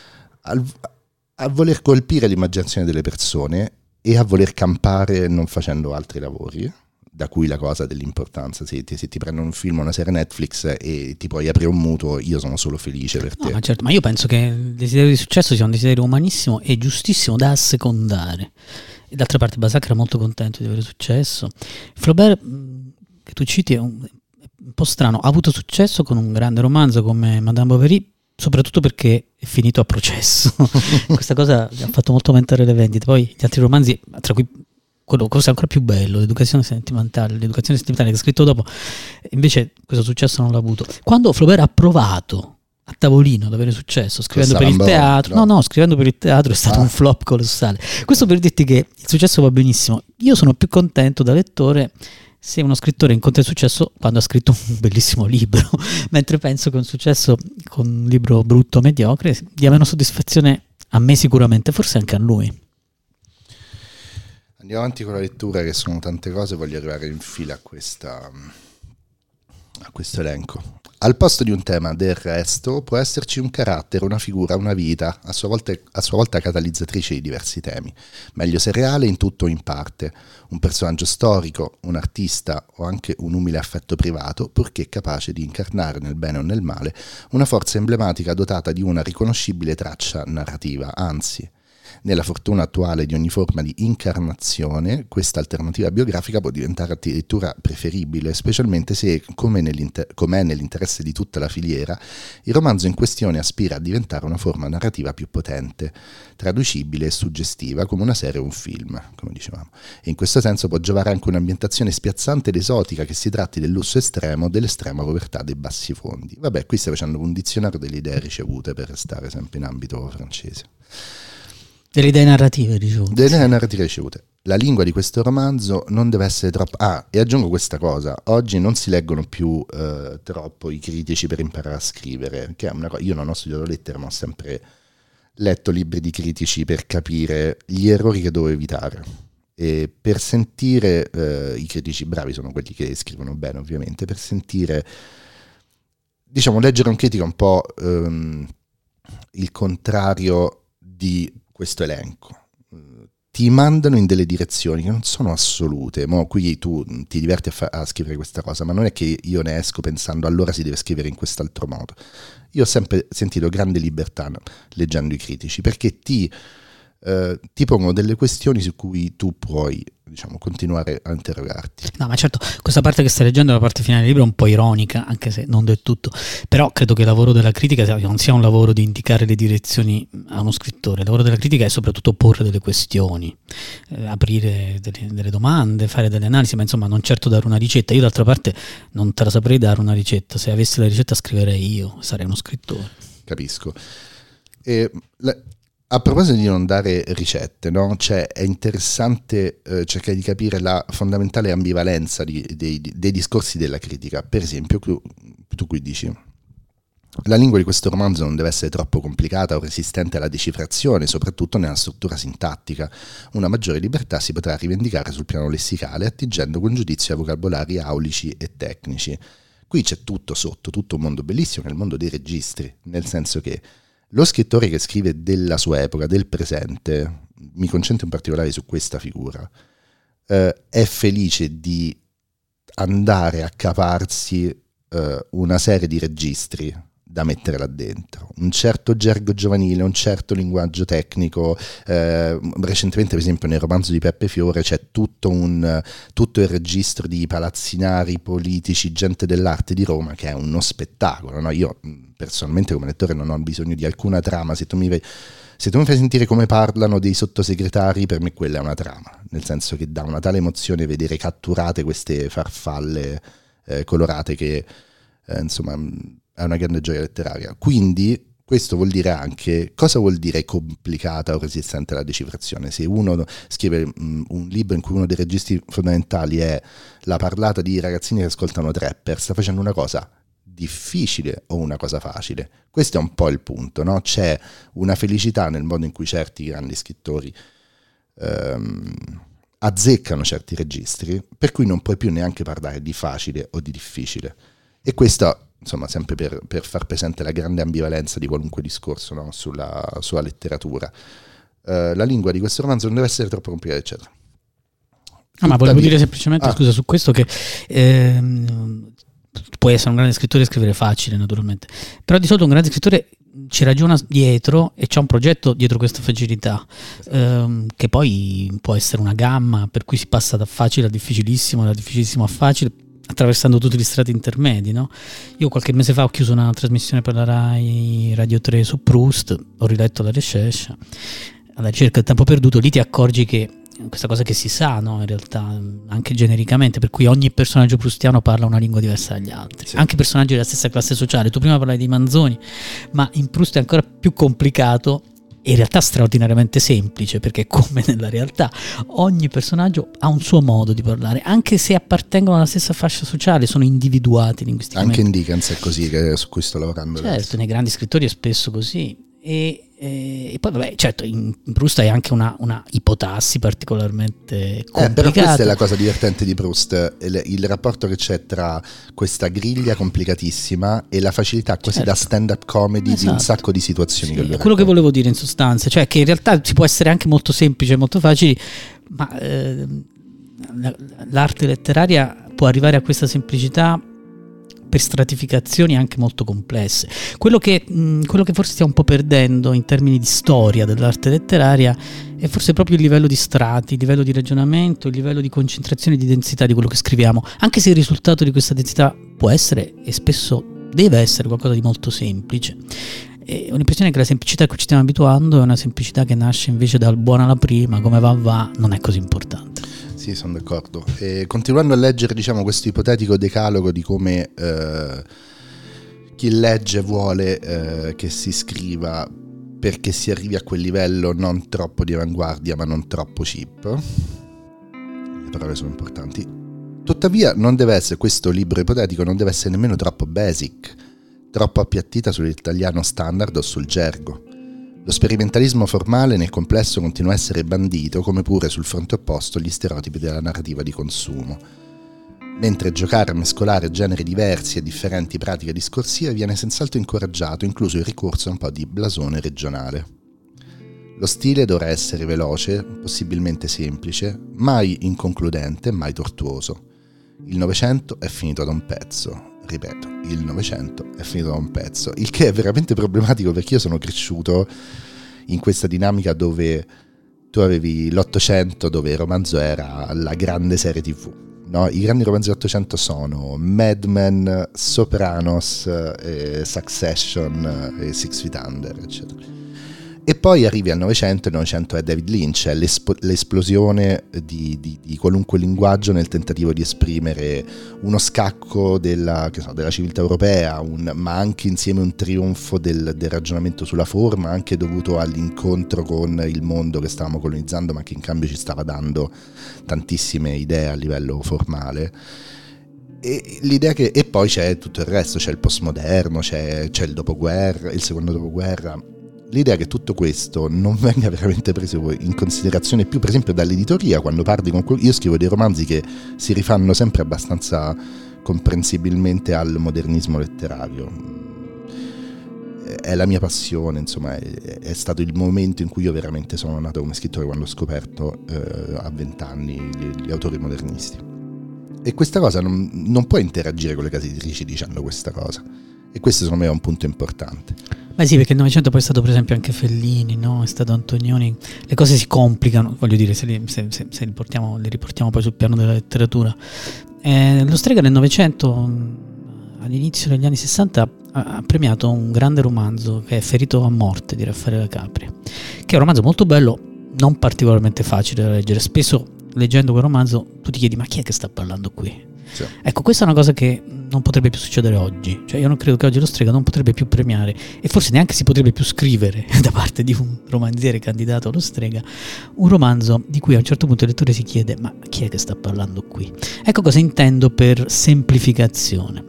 a voler colpire l'immaginazione delle persone e a voler campare non facendo altri lavori, da cui la cosa dell'importanza. Se ti prendono un film o una serie Netflix e ti puoi aprire un mutuo, io sono solo felice per te. Ma certo, ma io penso che il desiderio di successo sia un desiderio umanissimo e giustissimo da assecondare. E d'altra parte Balzac era molto contento di avere successo. Flaubert, che tu citi, è un po' strano, ha avuto successo con un grande romanzo come Madame Bovary, soprattutto perché è finito a processo. Questa cosa gli ha fatto molto aumentare le vendite. Poi gli altri romanzi, tra cui quello cosa è ancora più bello, l'educazione sentimentale che ha scritto dopo, invece questo successo non l'ha avuto. Quando Flaubert ha provato a tavolino ad avere successo scrivendo per il teatro. No, scrivendo per il teatro è stato un flop colossale. Questo per dirti che il successo va benissimo. Io sono più contento da lettore se uno scrittore incontra il successo quando ha scritto un bellissimo libro, mentre penso che un successo con un libro brutto, mediocre, dia meno soddisfazione a me sicuramente, forse anche a lui. Andiamo avanti con la lettura, che sono tante cose, voglio arrivare in fila a questo elenco. Al posto di un tema, del resto, può esserci un carattere, una figura, una vita, a sua volta catalizzatrice di diversi temi. Meglio se reale in tutto o in parte, un personaggio storico, un artista o anche un umile affetto privato, purché capace di incarnare nel bene o nel male una forza emblematica dotata di una riconoscibile traccia narrativa, anzi. Nella fortuna attuale di ogni forma di incarnazione, questa alternativa biografica può diventare addirittura preferibile, specialmente se, come è nell'interesse di tutta la filiera, il romanzo in questione aspira a diventare una forma narrativa più potente, traducibile e suggestiva come una serie o un film, come dicevamo. E in questo senso può giovare anche un'ambientazione spiazzante ed esotica, che si tratti del lusso estremo o dell'estrema povertà dei bassi fondi. Vabbè, qui stai facendo un dizionario delle idee ricevute, per restare sempre in ambito francese. Delle idee narrative ricevute. Delle idee narrative ricevute. La lingua di questo romanzo non deve essere troppo... e aggiungo questa cosa. Oggi non si leggono più troppo i critici per imparare a scrivere, che è una cosa... Io non ho studiato lettere, ma ho sempre letto libri di critici per capire gli errori che dovevo evitare. E per sentire... i critici bravi sono quelli che scrivono bene, ovviamente. Per sentire... Diciamo, leggere un critico un po' il contrario di questo elenco. Ti mandano in delle direzioni che non sono assolute. Qui tu ti diverti a scrivere questa cosa, ma non è che io ne esco pensando allora si deve scrivere in quest'altro modo. Io ho sempre sentito grande libertà leggendo i critici, perché ti pongono delle questioni su cui tu puoi, diciamo, continuare a interrogarti. No, ma certo, questa parte che stai leggendo, la parte finale del libro, è un po' ironica, anche se non del tutto, però credo che il lavoro della critica non sia un lavoro di indicare le direzioni a uno scrittore. Il lavoro della critica è soprattutto porre delle questioni, aprire delle domande, fare delle analisi, ma insomma non certo dare una ricetta. Io d'altra parte non te la saprei dare una ricetta. Se avessi la ricetta scriverei io, sarei uno scrittore. Capisco. A proposito di non dare ricette, no? Cioè, è interessante cercare di capire la fondamentale ambivalenza dei discorsi della critica. Per esempio, tu qui dici: la lingua di questo romanzo non deve essere troppo complicata o resistente alla decifrazione, soprattutto nella struttura sintattica. Una maggiore libertà si potrà rivendicare sul piano lessicale, attingendo con giudizio ai vocabolari aulici e tecnici. Qui c'è tutto sotto, tutto un mondo bellissimo, che è il mondo dei registri, nel senso che lo scrittore che scrive della sua epoca, del presente, mi concentro in particolare su questa figura, è felice di andare a cavarsi una serie di registri da mettere là dentro, un certo gergo giovanile, un certo linguaggio tecnico. Recentemente, per esempio, nel romanzo di Peppe Fiore c'è tutto il registro di palazzinari, politici, gente dell'arte di Roma, che è uno spettacolo, no? Io personalmente come lettore non ho bisogno di alcuna trama. Se tu mi fai sentire come parlano dei sottosegretari, per me quella è una trama, nel senso che dà una tale emozione vedere catturate queste farfalle colorate che insomma è una grande gioia letteraria. Quindi questo vuol dire anche cosa vuol dire complicata o resistente alla decifrazione. Se uno scrive un libro in cui uno dei registri fondamentali è la parlata di ragazzini che ascoltano trapper, sta facendo una cosa difficile o una cosa facile? Questo è un po' il punto, no? C'è una felicità nel modo in cui certi grandi scrittori azzeccano certi registri, per cui non puoi più neanche parlare di facile o di difficile. E questo, insomma, sempre per far presente la grande ambivalenza di qualunque discorso, no? sulla letteratura. La lingua di questo romanzo non deve essere troppo complicata, eccetera. Ma volevo dire semplicemente, scusa, su questo, che puoi essere un grande scrittore e scrivere facile, naturalmente, però di solito un grande scrittore ci ragiona dietro e c'è un progetto dietro questa facilità, che poi può essere una gamma per cui si passa da facile a difficilissimo, da difficilissimo a facile, attraversando tutti gli strati intermedi, no? Io qualche mese fa ho chiuso una trasmissione per la Rai Radio 3 su Proust, ho riletto la Recherche alla ricerca del tempo perduto. Lì ti accorgi che questa cosa che si sa, no? In realtà, anche genericamente, per cui ogni personaggio proustiano parla una lingua diversa dagli altri, sì. Anche personaggi della stessa classe sociale. Tu prima parlavi di Manzoni, ma in Proust è ancora più complicato e in realtà straordinariamente semplice, perché come nella realtà ogni personaggio ha un suo modo di parlare, anche se appartengono alla stessa fascia sociale, sono individuati linguisticamente. Anche in Dickens è così, che su cui sto lavorando certo adesso. Nei grandi scrittori è spesso così. E poi vabbè, certo, in Proust hai anche una ipotassi particolarmente complicata. Però questa è la cosa divertente di Proust, il rapporto che c'è tra questa griglia complicatissima e la facilità quasi da stand-up comedy, esatto, di un sacco di situazioni. Sì, è quello che volevo dire in sostanza, cioè che in realtà si può essere anche molto semplice, molto facile, ma l'arte letteraria può arrivare a questa semplicità per stratificazioni anche molto complesse. Quello che forse stiamo un po' perdendo in termini di storia dell'arte letteraria è forse proprio il livello di strati, il livello di ragionamento, il livello di concentrazione e di densità di quello che scriviamo, anche se il risultato di questa densità può essere e spesso deve essere qualcosa di molto semplice. E ho l'impressione che la semplicità a cui ci stiamo abituando è una semplicità che nasce invece dal buona alla prima, come va, non è così importante. Sì, sono d'accordo. E continuando a leggere, diciamo, questo ipotetico decalogo di come chi legge vuole che si scriva perché si arrivi a quel livello non troppo di avanguardia ma non troppo cheap, le parole sono importanti. Tuttavia non deve essere, questo libro ipotetico non deve essere nemmeno troppo basic, troppo appiattita sull'italiano standard o sul gergo. Lo sperimentalismo formale nel complesso continua a essere bandito, come pure sul fronte opposto gli stereotipi della narrativa di consumo. Mentre giocare a mescolare generi diversi e differenti pratiche discorsive viene senz'altro incoraggiato, incluso il ricorso a un po' di blasone regionale. Lo stile dovrà essere veloce, possibilmente semplice, mai inconcludente, mai tortuoso. Il Novecento è finito da un pezzo. Ripeto, il Novecento è finito da un pezzo, il che è veramente problematico perché io sono cresciuto in questa dinamica dove tu avevi l'Ottocento, dove il romanzo era la grande serie TV, no? I grandi romanzi dell'Ottocento sono Mad Men, Sopranos, Succession, Six Feet Under, eccetera. E poi arrivi al Novecento, e il Novecento è David Lynch, è l'esplosione di qualunque linguaggio nel tentativo di esprimere uno scacco della civiltà europea, ma anche insieme un trionfo del ragionamento sulla forma, anche dovuto all'incontro con il mondo che stavamo colonizzando, ma che in cambio ci stava dando tantissime idee a livello formale. E l'idea e poi c'è tutto il resto, c'è il postmoderno, c'è il dopoguerra, il secondo dopoguerra. L'idea che tutto questo non venga veramente preso in considerazione più, per esempio, dall'editoria, quando parli con io scrivo dei romanzi che si rifanno sempre abbastanza comprensibilmente al modernismo letterario. È la mia passione, insomma, è stato il momento in cui io veramente sono nato come scrittore, quando ho scoperto a 20 anni gli autori modernisti. E questa cosa non può interagire con le case editrici dicendo questa cosa. E questo secondo me è un punto importante. Beh sì, perché il Novecento poi è stato per esempio anche Fellini, no? È stato Antonioni. Le cose si complicano, voglio dire, se le riportiamo poi sul piano della letteratura. Lo Strega nel Novecento, all'inizio degli anni 60, ha premiato un grande romanzo che è Ferito a morte di Raffaele Capri, che è un romanzo molto bello, non particolarmente facile da leggere. Spesso leggendo quel romanzo tu ti chiedi: ma chi è che sta parlando qui? Sì. Ecco, questa è una cosa che non potrebbe più succedere oggi. Cioè io non credo che oggi lo Strega non potrebbe più premiare, e forse neanche si potrebbe più scrivere da parte di un romanziere candidato allo Strega un romanzo di cui a un certo punto il lettore si chiede: ma chi è che sta parlando qui? Ecco cosa intendo per semplificazione.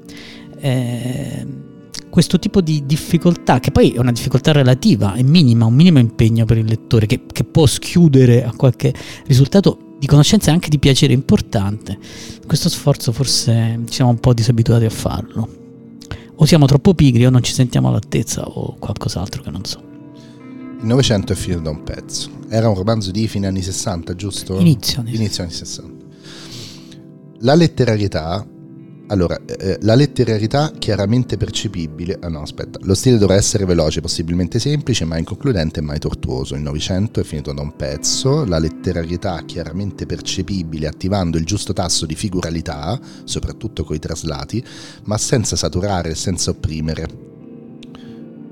Questo tipo di difficoltà, che poi è una difficoltà relativa, è minima, un minimo impegno per il lettore che può schiudere a qualche risultato di conoscenza e anche di piacere importante. Questo sforzo forse ci siamo un po' disabituati a farlo, o siamo troppo pigri, o non ci sentiamo all'altezza, o qualcos'altro che non so. Il Novecento è finito da un pezzo. Era un romanzo di fine anni 60, giusto? Inizio anni 60. La letterarietà, la letterarietà chiaramente percepibile. Lo stile dovrà essere veloce, possibilmente semplice, ma inconcludente e mai tortuoso. Il Novecento è finito da un pezzo. La letterarietà chiaramente percepibile, attivando il giusto tasso di figuralità, soprattutto coi traslati, ma senza saturare e senza opprimere.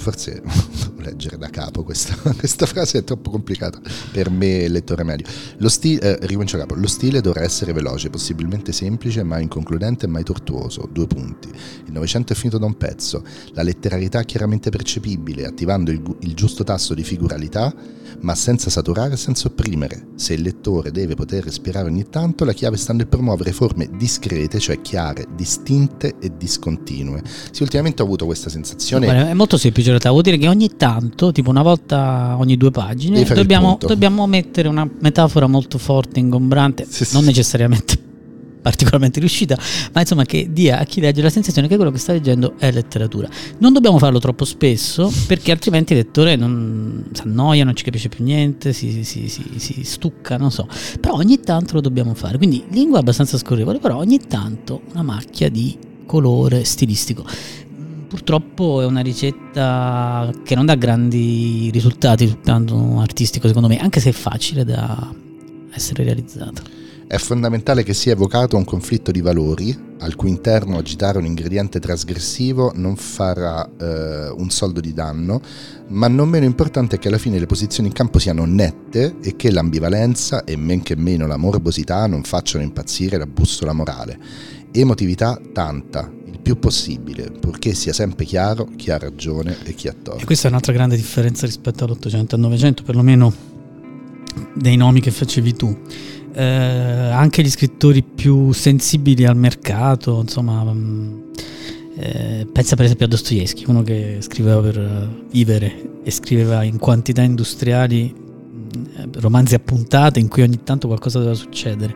forse devo leggere da capo questa frase, è troppo complicata per me, lettore medio. Ricomincio da capo. Lo stile dovrà essere veloce, possibilmente semplice, mai inconcludente e mai tortuoso. 2 punti. Il Novecento è finito da un pezzo. La letterarietà chiaramente percepibile, attivando il giusto tasso di figuralità, ma senza saturare e senza opprimere. Se il lettore deve poter respirare ogni tanto, la chiave sta nel promuovere forme discrete, cioè chiare, distinte e discontinue. Sì, ultimamente ho avuto questa sensazione. È molto semplice in realtà, vuol dire che ogni tanto, tipo una volta ogni 2 pagine, dobbiamo mettere una metafora molto forte, ingombrante, non necessariamente particolarmente riuscita, ma insomma che dia a chi legge la sensazione che quello che sta leggendo è letteratura. Non dobbiamo farlo troppo spesso, perché altrimenti il lettore si annoia, non ci capisce più niente, si stucca, non so. Però ogni tanto lo dobbiamo fare, quindi lingua abbastanza scorrevole, però ogni tanto una macchia di colore stilistico. Purtroppo è una ricetta che non dà grandi risultati sul piano artistico, secondo me, anche se è facile da essere realizzata. È fondamentale che sia evocato un conflitto di valori, al cui interno agitare un ingrediente trasgressivo non farà un soldo di danno, ma non meno importante è che alla fine le posizioni in campo siano nette e che l'ambivalenza e men che meno la morbosità non facciano impazzire la bussola morale. Emotività tanta, il più possibile, purché sia sempre chiaro chi ha ragione e chi ha torto. E questa è un'altra grande differenza rispetto all'800 e al 900, perlomeno dei nomi che facevi tu. Anche gli scrittori più sensibili al mercato, insomma, pensa per esempio a Dostoevskij, uno che scriveva per vivere e scriveva in quantità industriali romanzi a puntate in cui ogni tanto qualcosa doveva succedere.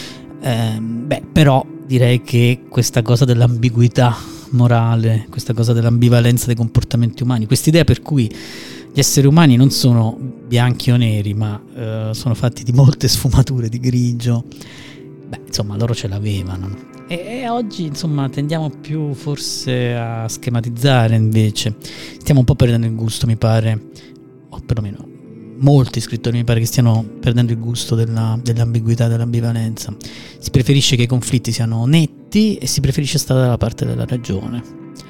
Però direi che questa cosa dell'ambiguità morale, questa cosa dell'ambivalenza dei comportamenti umani, quest'idea per cui gli esseri umani non sono bianchi o neri, ma sono fatti di molte sfumature di grigio, insomma loro ce l'avevano. E oggi insomma tendiamo più forse a schematizzare, invece stiamo un po' perdendo il gusto, mi pare, o perlomeno molti scrittori mi pare che stiano perdendo il gusto dell'ambiguità, dell'ambivalenza. Si preferisce che i conflitti siano netti e si preferisce stare dalla parte della ragione,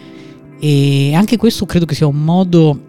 e anche questo credo che sia un modo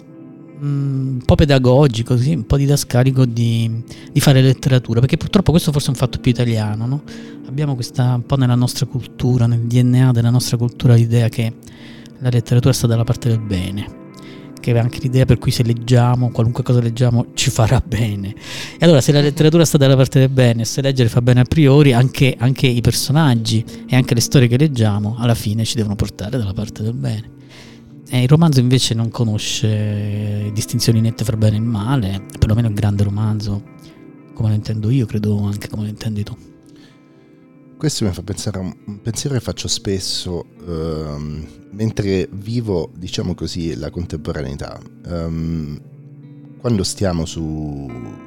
un po' pedagogico, sì, un po' didascalico di fare letteratura, perché purtroppo questo forse è un fatto più italiano, no? Abbiamo questa un po' nella nostra cultura, nel DNA della nostra cultura, l'idea che la letteratura sta dalla parte del bene, che è anche l'idea per cui se leggiamo, qualunque cosa leggiamo ci farà bene. E allora se la letteratura sta dalla parte del bene, se leggere fa bene a priori, anche i personaggi e anche le storie che leggiamo alla fine ci devono portare dalla parte del bene. Il romanzo invece non conosce distinzioni nette fra bene e male, perlomeno il grande romanzo, come lo intendo io, credo anche come lo intendi tu. Questo mi fa pensare a un pensiero che faccio spesso mentre vivo, diciamo così, la contemporaneità. Quando stiamo su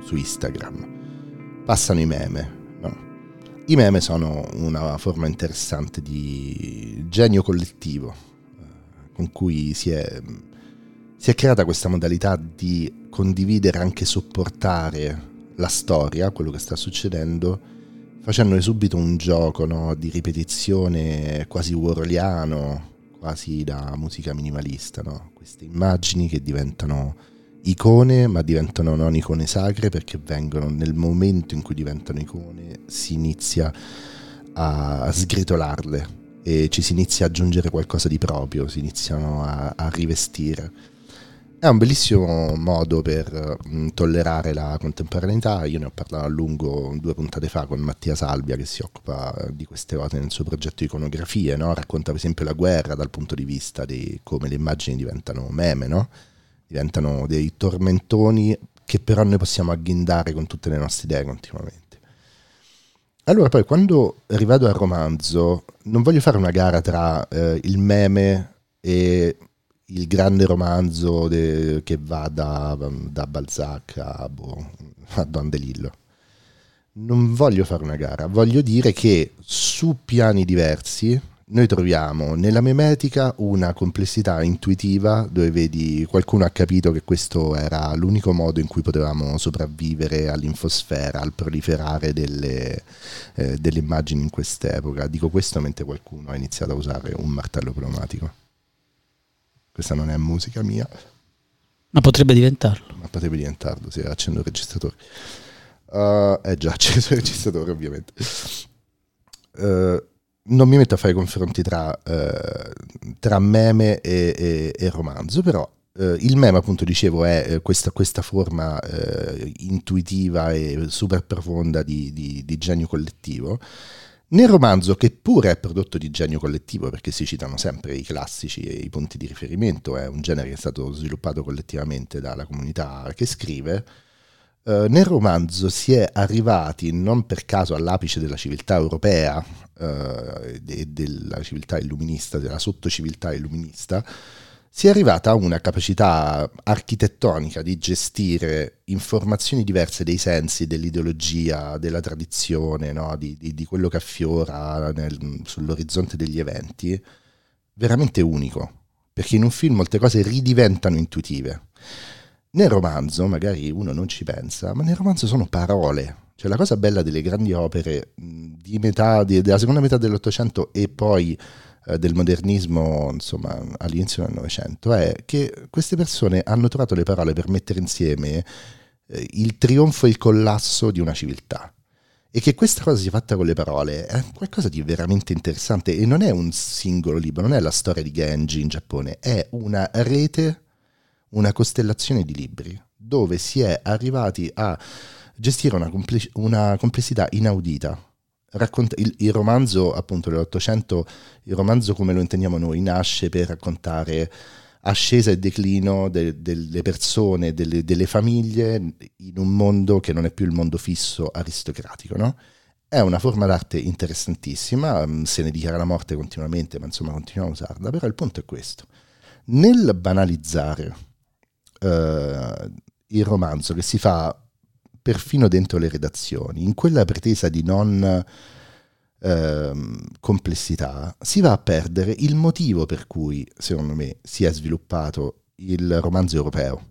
Instagram passano i meme, no? I meme sono una forma interessante di genio collettivo, con cui si è creata questa modalità di condividere, anche sopportare la storia, quello che sta succedendo, facendone subito un gioco, no, di ripetizione quasi orwelliano, quasi da musica minimalista, no? Queste immagini che diventano icone, ma diventano non icone sacre, perché vengono, nel momento in cui diventano icone, si inizia a sgretolarle e ci si inizia a aggiungere qualcosa di proprio, si iniziano a rivestire. È un bellissimo modo per tollerare la contemporaneità. Io ne ho parlato a lungo 2 puntate fa con Mattia Salvia, che si occupa di queste cose nel suo progetto Iconografie, no? Racconta per esempio la guerra dal punto di vista di come le immagini diventano meme, no? Diventano dei tormentoni che però noi possiamo agghindare con tutte le nostre idee continuamente. Allora poi quando rivado al romanzo non voglio fare una gara tra il meme e il grande romanzo che va da Balzac a Don DeLillo. Non voglio fare una gara, voglio dire che su piani diversi noi troviamo nella memetica una complessità intuitiva, dove vedi qualcuno ha capito che questo era l'unico modo in cui potevamo sopravvivere all'infosfera, al proliferare delle immagini in quest'epoca. Dico questo mentre qualcuno ha iniziato a usare un martello pneumatico. Questa non è musica mia. Ma potrebbe diventarlo. Ma potrebbe diventarlo, sì, accendo il registratore. Già, acceso il registratore, ovviamente. Non mi metto a fare confronti tra meme e romanzo, però il meme, appunto, dicevo, è questa forma intuitiva e super profonda di genio collettivo. Nel romanzo, che pure è prodotto di genio collettivo, perché si citano sempre i classici e i punti di riferimento, è un genere che è stato sviluppato collettivamente dalla comunità che scrive. Nel romanzo si è arrivati non per caso all'apice della civiltà europea e della civiltà illuminista, della sottociviltà illuminista. Si è arrivata a una capacità architettonica di gestire informazioni diverse dei sensi, dell'ideologia, della tradizione, no? di quello che affiora sull'orizzonte degli eventi, veramente unico, perché in un film molte cose ridiventano intuitive. Nel romanzo magari uno non ci pensa, ma nel romanzo sono parole. Cioè, la cosa bella delle grandi opere della seconda metà dell'Ottocento e poi del modernismo, insomma, all'inizio del Novecento, è che queste persone hanno trovato le parole per mettere insieme il trionfo e il collasso di una civiltà, e che questa cosa sia fatta con le parole è qualcosa di veramente interessante, e non è un singolo libro, non è la storia di Genji in Giappone, è una rete, una costellazione di libri dove si è arrivati a gestire una complessità inaudita. Il romanzo, appunto, dell'Ottocento, il romanzo come lo intendiamo noi, nasce per raccontare ascesa e declino delle persone, delle famiglie in un mondo che non è più il mondo fisso aristocratico, no? È una forma d'arte interessantissima, se ne dichiara la morte continuamente, ma insomma continuiamo a usarla, però il punto è questo. Nel banalizzare il romanzo, che si fa perfino dentro le redazioni, in quella pretesa di non complessità, si va a perdere il motivo per cui, secondo me, si è sviluppato il romanzo europeo.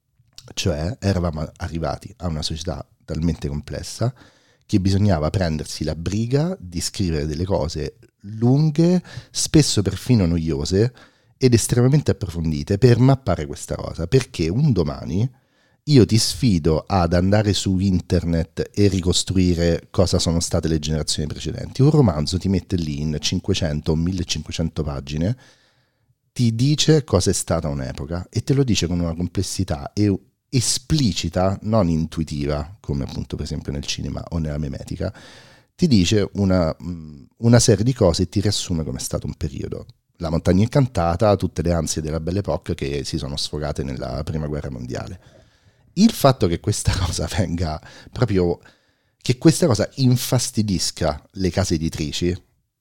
Cioè, eravamo arrivati a una società talmente complessa che bisognava prendersi la briga di scrivere delle cose lunghe, spesso perfino noiose ed estremamente approfondite, per mappare questa cosa, perché un domani io ti sfido ad andare su internet e ricostruire cosa sono state le generazioni precedenti. Un romanzo ti mette lì in 500 o 1500 pagine, ti dice cosa è stata un'epoca e te lo dice con una complessità esplicita, non intuitiva, come appunto per esempio nel cinema o nella memetica. Ti dice una serie di cose e ti riassume come è stato un periodo. La montagna incantata, tutte le ansie della Belle Époque che si sono sfogate nella Prima Guerra Mondiale. Il fatto che questa cosa venga proprio, che questa cosa infastidisca le case editrici,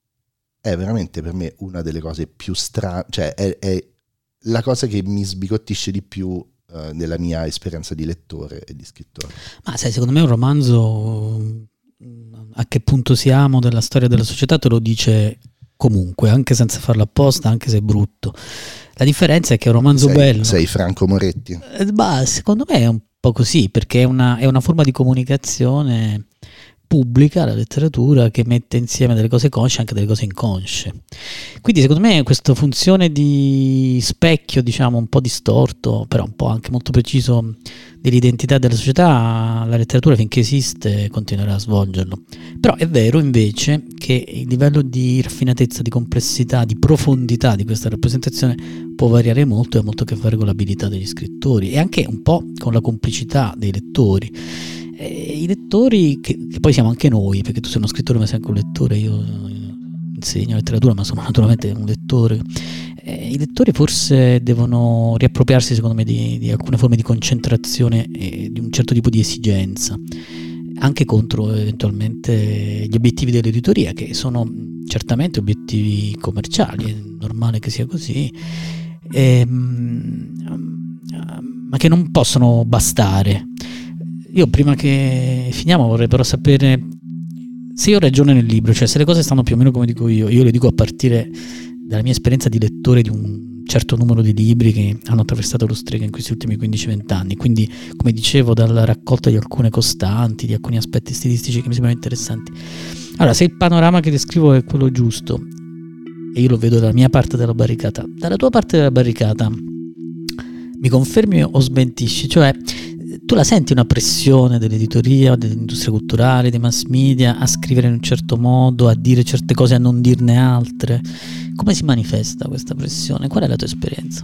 è veramente per me una delle cose più strane, cioè è la cosa che mi sbigottisce di più nella mia esperienza di lettore e di scrittore. Ma sai, secondo me un romanzo, a che punto siamo della storia della società, te lo dice comunque, anche senza farlo apposta, anche se è brutto. La differenza è che è un romanzo bello. Sei Franco Moretti? Secondo me è un po' così, perché è una forma di comunicazione pubblica, la letteratura, che mette insieme delle cose consce e anche delle cose inconsce. Quindi secondo me questa funzione di specchio, diciamo, un po' distorto, però un po' anche molto preciso dell'identità della società, la letteratura, finché esiste, continuerà a svolgerlo. Però è vero invece che il livello di raffinatezza, di complessità, di profondità di questa rappresentazione può variare molto e ha molto a che fare con l'abilità degli scrittori e anche un po' con la complicità dei lettori. I lettori, che poi siamo anche noi, perché tu sei uno scrittore ma sei anche un lettore, io insegno letteratura ma sono naturalmente un lettore. I lettori forse devono riappropriarsi, secondo me, di alcune forme di concentrazione e di un certo tipo di esigenza, anche contro eventualmente gli obiettivi dell'editoria, che sono certamente obiettivi commerciali, è normale che sia così, ma che non possono bastare. Io prima che finiamo vorrei però sapere se io ho ragione nel libro, cioè se le cose stanno più o meno come dico io le dico a partire dalla mia esperienza di lettore di un certo numero di libri che hanno attraversato lo Strega in questi ultimi 15-20 anni, quindi come dicevo dalla raccolta di alcune costanti, di alcuni aspetti stilistici che mi sembrano interessanti. Allora, se il panorama che descrivo è quello giusto, e io lo vedo dalla mia parte della barricata. Dalla tua parte della barricata mi confermi o smentisci? Cioè, tu la senti una pressione dell'editoria, dell'industria culturale, dei mass media a scrivere in un certo modo, a dire certe cose, a non dirne altre? Come si manifesta questa pressione? Qual è la tua esperienza?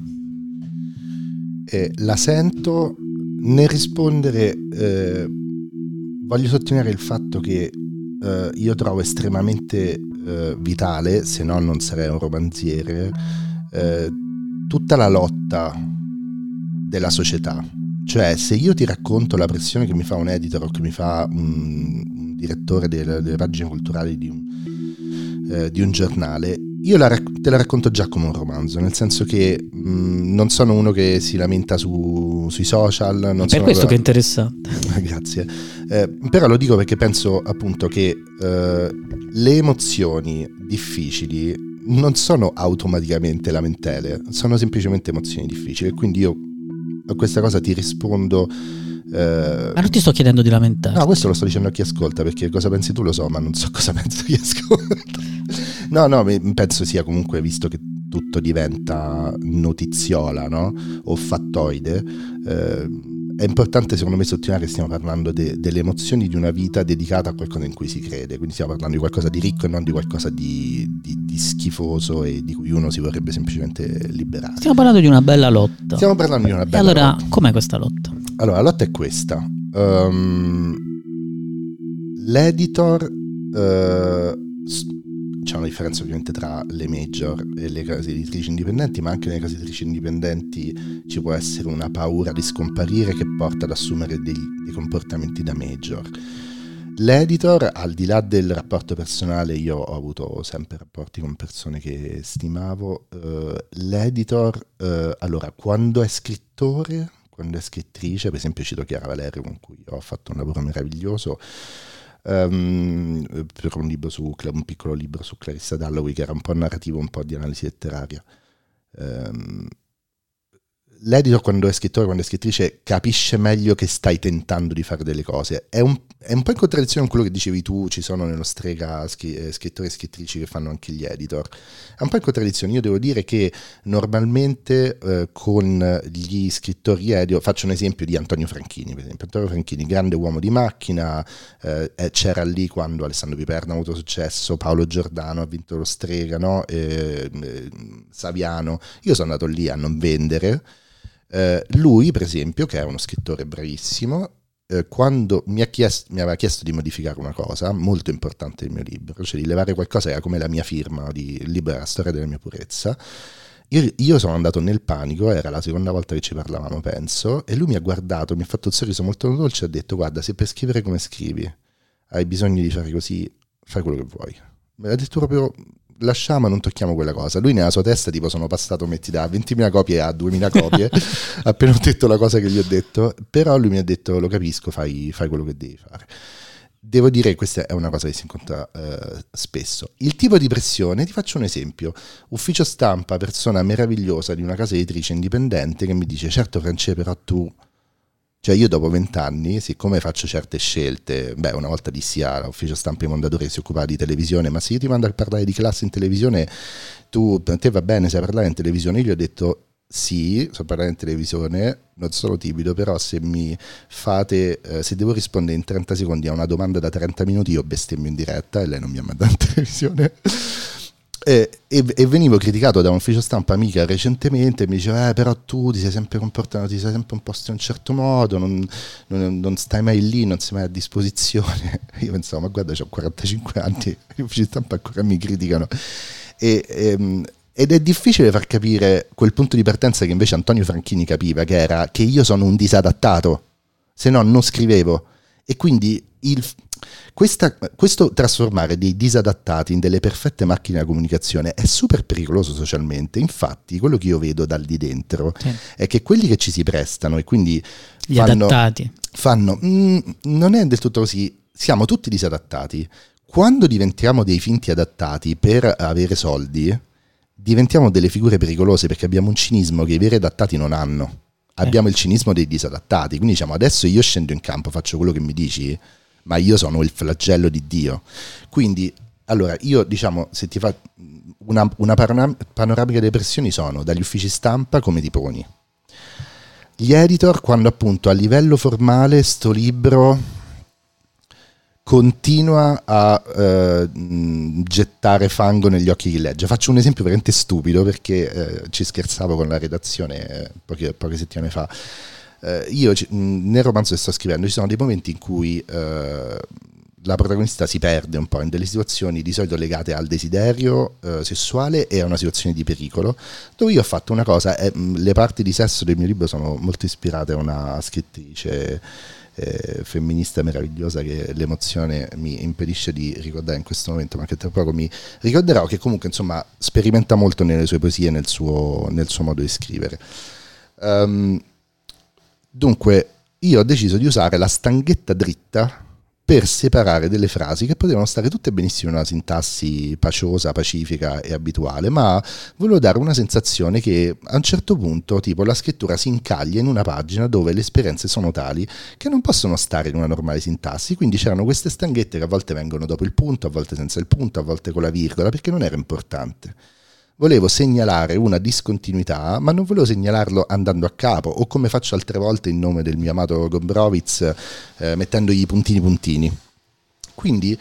La sento. Nel rispondere voglio sottolineare il fatto che io trovo estremamente vitale, se no non sarei un romanziere, tutta la lotta della società. Cioè, se io ti racconto la pressione che mi fa un editor o che mi fa un direttore delle pagine culturali di un giornale, io te la racconto già come un romanzo, nel senso che non sono uno che si lamenta sui social. Non per questo che è interessante. Grazie. Però lo dico perché penso appunto che le emozioni difficili non sono automaticamente lamentele, sono semplicemente emozioni difficili, e quindi io a questa cosa ti rispondo. Ma non ti sto chiedendo di lamentare. No, questo lo sto dicendo a chi ascolta, perché cosa pensi tu lo so, ma non so cosa pensa chi ascolta. No, penso sia comunque, visto che tutto diventa notiziola, no? O fattoide, è importante secondo me sottolineare che stiamo parlando delle emozioni di una vita dedicata a qualcosa in cui si crede, quindi stiamo parlando di qualcosa di ricco e non di qualcosa di schifoso e di cui uno si vorrebbe semplicemente liberare. Stiamo parlando di una bella lotta. Stiamo parlando di una bella lotta. E allora, lotta. com'è questa lotta? Allora, la lotta è questa. L'editor, c'è una differenza ovviamente tra le major e le case editrici indipendenti, ma anche nelle case editrici indipendenti ci può essere una paura di scomparire che porta ad assumere dei comportamenti da major. L'editor, al di là del rapporto personale, io ho avuto sempre rapporti con persone che stimavo, l'editor, allora, quando è scrittore, quando è scrittrice, per esempio cito Chiara Valerio, con cui ho fatto un lavoro meraviglioso, per un piccolo libro su Clarissa Dalloway, che era un po' narrativo, un po' di analisi letteraria. L'editor, quando è scrittore, quando è scrittrice, capisce meglio che stai tentando di fare delle cose. È un po' in contraddizione con quello che dicevi tu, ci sono nello Strega scrittori e scrittrici che fanno anche gli editor. È un po' in contraddizione. Io devo dire che normalmente con gli scrittori editor, faccio un esempio di Antonio Franchini, per esempio. Antonio Franchini, grande uomo di macchina, c'era lì quando Alessandro Piperno ha avuto successo, Paolo Giordano ha vinto lo Strega, no? Saviano. Io sono andato lì a non vendere. Lui, per esempio, che è uno scrittore bravissimo, quando mi aveva chiesto di modificare una cosa molto importante del mio libro, cioè di levare qualcosa che era come la mia firma, il libro era la storia della mia purezza, io sono andato nel panico, era la seconda volta che ci parlavamo, penso, e lui mi ha guardato, mi ha fatto un sorriso molto dolce e ha detto: guarda, se per scrivere come scrivi hai bisogno di fare così, fai quello che vuoi. Me l'ha detto proprio: lasciamo, non tocchiamo quella cosa. Lui nella sua testa tipo sono passato, metti, da 20.000 copie a 2.000 copie appena ho detto la cosa che gli ho detto, però lui mi ha detto: lo capisco, fai quello che devi fare. Devo dire che questa è una cosa che si incontra spesso. Il tipo di pressione, ti faccio un esempio: ufficio stampa, persona meravigliosa di una casa editrice indipendente che mi dice: certo France, però tu... Cioè io dopo 20 anni, siccome faccio certe scelte, una volta dissi all'ufficio stampa di Mondadori che si occupava di televisione: ma se io ti mando a parlare di classe in televisione, per te va bene, sai parlare in televisione? Io gli ho detto: sì, so parlare in televisione, non sono timido, però se mi fate, se devo rispondere in 30 secondi a una domanda da 30 minuti, io bestemmio in diretta, e lei non mi ha mandato in televisione. E venivo criticato da un ufficio stampa amica recentemente, mi diceva: però tu ti sei sempre comportato, ti sei sempre posto in un certo modo, non stai mai lì, non sei mai a disposizione. Io pensavo: ma guarda, ho 45 anni, gli uffici stampa ancora mi criticano. Ed è difficile far capire quel punto di partenza che invece Antonio Franchini capiva, che era che io sono un disadattato, se no non scrivevo. E quindi questo trasformare dei disadattati in delle perfette macchine da comunicazione è super pericoloso socialmente. Infatti quello che io vedo dal di dentro è che quelli che ci si prestano e quindi gli adattati non è del tutto così, siamo tutti disadattati. Quando diventiamo dei finti adattati per avere soldi, diventiamo delle figure pericolose, perché abbiamo un cinismo che i veri adattati non hanno. Abbiamo il cinismo dei disadattati, quindi diciamo: adesso io scendo in campo, faccio quello che mi dici, ma io sono il flagello di Dio. Quindi Allora, io diciamo, se ti fa una panoramica delle pressioni sono dagli uffici stampa come ti poni. Gli editor, quando appunto a livello formale sto libro continua a gettare fango negli occhi di chi legge. Faccio un esempio veramente stupido perché ci scherzavo con la redazione poche settimane fa. Io nel romanzo che sto scrivendo ci sono dei momenti in cui la protagonista si perde un po' in delle situazioni di solito legate al desiderio sessuale e a una situazione di pericolo, dove io ho fatto una cosa, le parti di sesso del mio libro sono molto ispirate a una scrittrice femminista meravigliosa che l'emozione mi impedisce di ricordare in questo momento, ma che tra poco mi ricorderò, che comunque insomma sperimenta molto nelle sue poesie e nel suo modo di scrivere. Dunque io ho deciso di usare la stanghetta dritta per separare delle frasi che potevano stare tutte benissimo in una sintassi paciosa, pacifica e abituale, ma volevo dare una sensazione che a un certo punto tipo la scrittura si incaglia in una pagina dove le esperienze sono tali che non possono stare in una normale sintassi, quindi c'erano queste stanghette che a volte vengono dopo il punto, a volte senza il punto, a volte con la virgola, perché non era importante. Volevo segnalare una discontinuità, ma non volevo segnalarlo andando a capo o come faccio altre volte in nome del mio amato Gombrowicz, mettendogli puntini. Quindi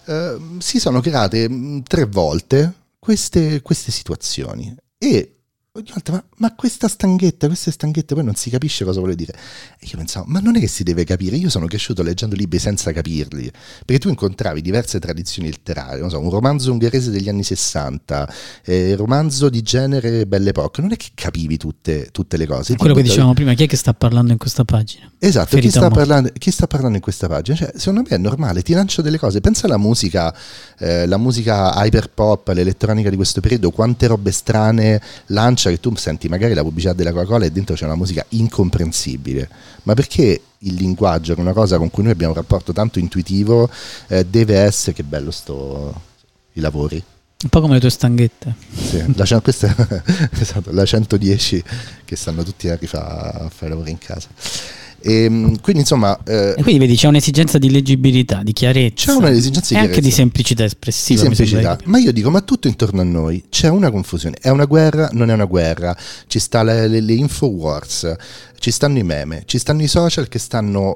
si sono create 3 volte queste situazioni e ogni volta ma queste stanghette poi non si capisce cosa vuole dire. E io pensavo, ma non è che si deve capire, io sono cresciuto leggendo libri senza capirli, perché tu incontravi diverse tradizioni letterarie, non so, un romanzo ungherese degli anni 60, romanzo di genere Belle Époque, non è che capivi tutte le cose. Quello che dicevamo prima, chi è che sta parlando in questa pagina? Esatto, chi sta parlando in questa pagina? Cioè, secondo me è normale, ti lancio delle cose, pensa alla musica, la musica hyperpop, l'elettronica di questo periodo, quante robe strane lancia, che tu senti magari la pubblicità della Coca-Cola e dentro c'è una musica incomprensibile, ma perché il linguaggio, che è una cosa con cui noi abbiamo un rapporto tanto intuitivo, deve essere, che bello i lavori, un po' come le tue stanghette. Sì, questa esatto, la 110 che stanno tutti a fare lavori in casa. E quindi insomma e quindi vedi c'è un'esigenza di leggibilità, di chiarezza, c'è un'esigenza e anche di semplicità espressiva, ma io dico, ma tutto intorno a noi c'è una confusione, è una guerra, non è una guerra, ci sta le infowars, ci stanno i meme, ci stanno i social che stanno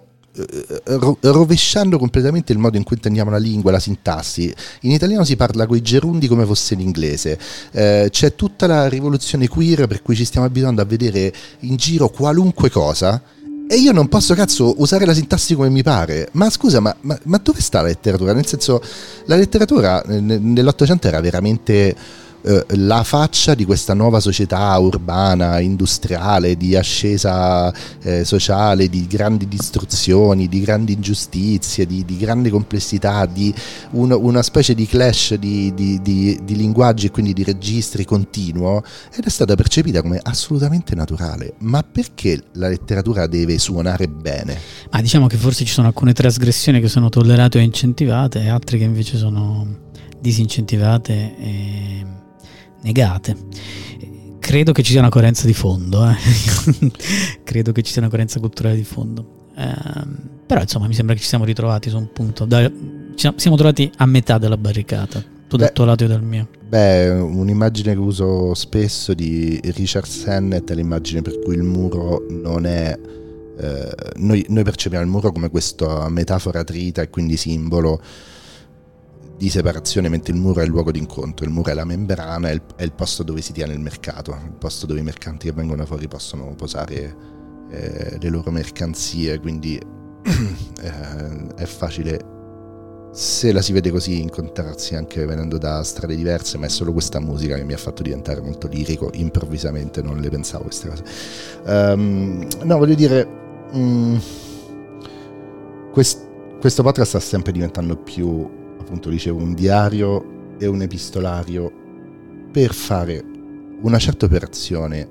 rovesciando completamente il modo in cui intendiamo la lingua, la sintassi. In italiano si parla coi gerundi come fosse in inglese, c'è tutta la rivoluzione queer per cui ci stiamo abituando a vedere in giro qualunque cosa e io non posso usare la sintassi come mi pare. Ma scusa, ma dove sta la letteratura? Nel senso, la letteratura nell'Ottocento era veramente la faccia di questa nuova società urbana, industriale, di ascesa sociale, di grandi distruzioni, di grandi ingiustizie, di grande complessità, di una specie di clash di linguaggi e quindi di registri continuo, ed è stata percepita come assolutamente naturale. Ma perché la letteratura deve suonare bene? Ma diciamo che forse ci sono alcune trasgressioni che sono tollerate o incentivate e altre che invece sono disincentivate e negate. Credo che ci sia una coerenza di fondo, credo che ci sia una coerenza culturale di fondo, però insomma mi sembra che ci siamo ritrovati su un punto, siamo trovati a metà della barricata, tu dal tuo lato e dal mio. Un'immagine che uso spesso di Richard Sennett è l'immagine per cui il muro non è noi percepiamo il muro come questa metafora trita e quindi simbolo di separazione, mentre il muro è il luogo d'incontro, il muro è la membrana, è il posto dove si tiene il mercato, il posto dove i mercanti che vengono fuori possono posare le loro mercanzie, quindi è facile, se la si vede così, incontrarsi anche venendo da strade diverse, ma è solo questa musica che mi ha fatto diventare molto lirico improvvisamente, non le pensavo queste cose. No, voglio dire, questo podcast sta sempre diventando più, appunto dicevo, un diario e un epistolario per fare una certa operazione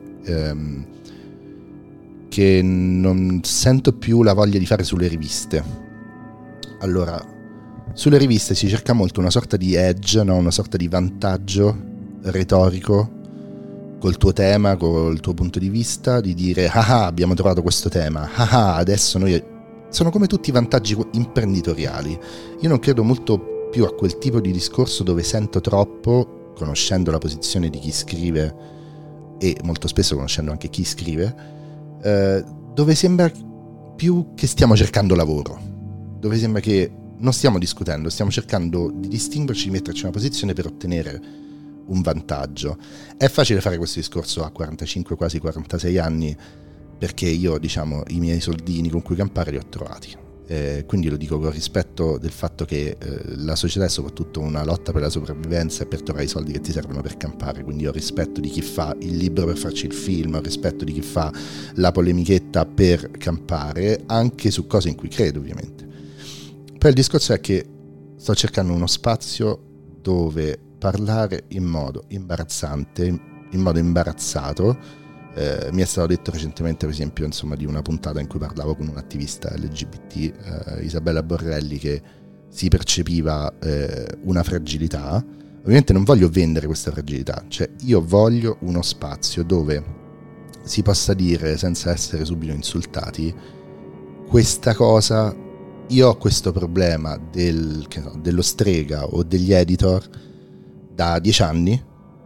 che non sento più la voglia di fare sulle riviste. Allora, sulle riviste si cerca molto una sorta di edge, no? Una sorta di vantaggio retorico col tuo tema, col tuo punto di vista, di dire abbiamo trovato questo tema, adesso noi... Sono come tutti i vantaggi imprenditoriali. Io non credo molto più a quel tipo di discorso dove sento troppo, conoscendo la posizione di chi scrive e molto spesso conoscendo anche chi scrive, dove sembra più che stiamo cercando lavoro, dove sembra che non stiamo discutendo, stiamo cercando di distinguerci, di metterci in una posizione per ottenere un vantaggio. È facile fare questo discorso a 45, quasi 46 anni, perché io, diciamo, i miei soldini con cui campare li ho trovati. Quindi lo dico con rispetto del fatto che la società è soprattutto una lotta per la sopravvivenza e per trovare i soldi che ti servono per campare, quindi ho rispetto di chi fa il libro per farci il film, ho rispetto di chi fa la polemichetta per campare, anche su cose in cui credo, ovviamente. Poi il discorso è che sto cercando uno spazio dove parlare in modo imbarazzante, in modo imbarazzato. Mi è stato detto recentemente, per esempio, insomma, di una puntata in cui parlavo con un'attivista LGBT, Isabella Borrelli, che si percepiva una fragilità. Ovviamente non voglio vendere questa fragilità, cioè io voglio uno spazio dove si possa dire, senza essere subito insultati, questa cosa, io ho questo problema dello strega o degli editor da 10 anni,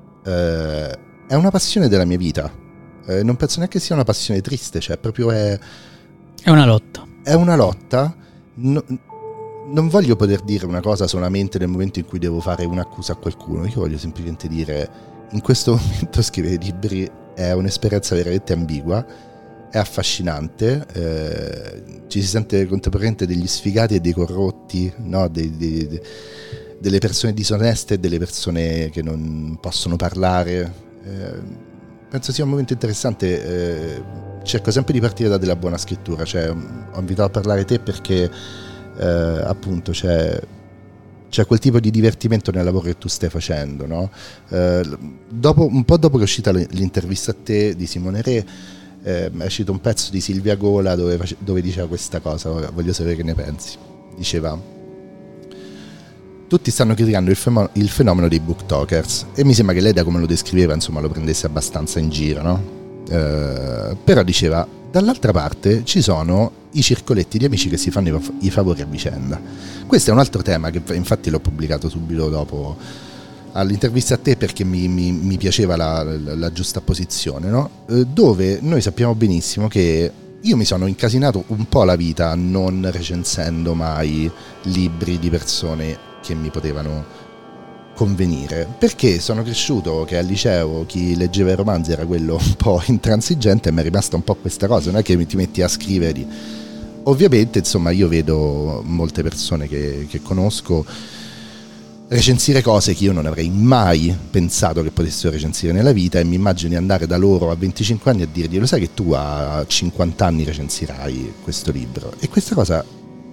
è una passione della mia vita. Non penso neanche sia una passione triste, cioè proprio è una lotta. È una lotta. Non voglio poter dire una cosa solamente nel momento in cui devo fare un'accusa a qualcuno. Io voglio semplicemente dire, in questo momento scrivere libri è un'esperienza veramente ambigua, è affascinante, ci si sente contemporaneamente degli sfigati e dei corrotti, no? Delle persone disoneste e delle persone che non possono parlare. Penso sia un momento interessante, cerco sempre di partire da della buona scrittura, cioè ho invitato a parlare te perché appunto c'è quel tipo di divertimento nel lavoro che tu stai facendo, no? Un po' dopo che è uscita l'intervista a te di Simone Re, è uscito un pezzo di Silvia Gola dove diceva questa cosa, voglio sapere che ne pensi. Diceva: tutti stanno criticando il fenomeno dei booktokers, e mi sembra che lei, da come lo descriveva, insomma, lo prendesse abbastanza in giro, no? Però diceva, dall'altra parte ci sono i circoletti di amici che si fanno i favori a vicenda. Questo è un altro tema che infatti l'ho pubblicato subito dopo all'intervista a te, perché mi piaceva la giusta posizione, no? Dove noi sappiamo benissimo che io mi sono incasinato un po' la vita non recensendo mai libri di persone che mi potevano convenire, perché sono cresciuto che al liceo chi leggeva i romanzi era quello un po' intransigente, e mi è rimasta un po' questa cosa, non è che ti metti a scrivere. Ovviamente, insomma, io vedo molte persone che conosco recensire cose che io non avrei mai pensato che potessero recensire nella vita, e mi immagino di andare da loro a 25 anni a dirgli: lo sai che tu a 50 anni recensirai questo libro? E questa cosa,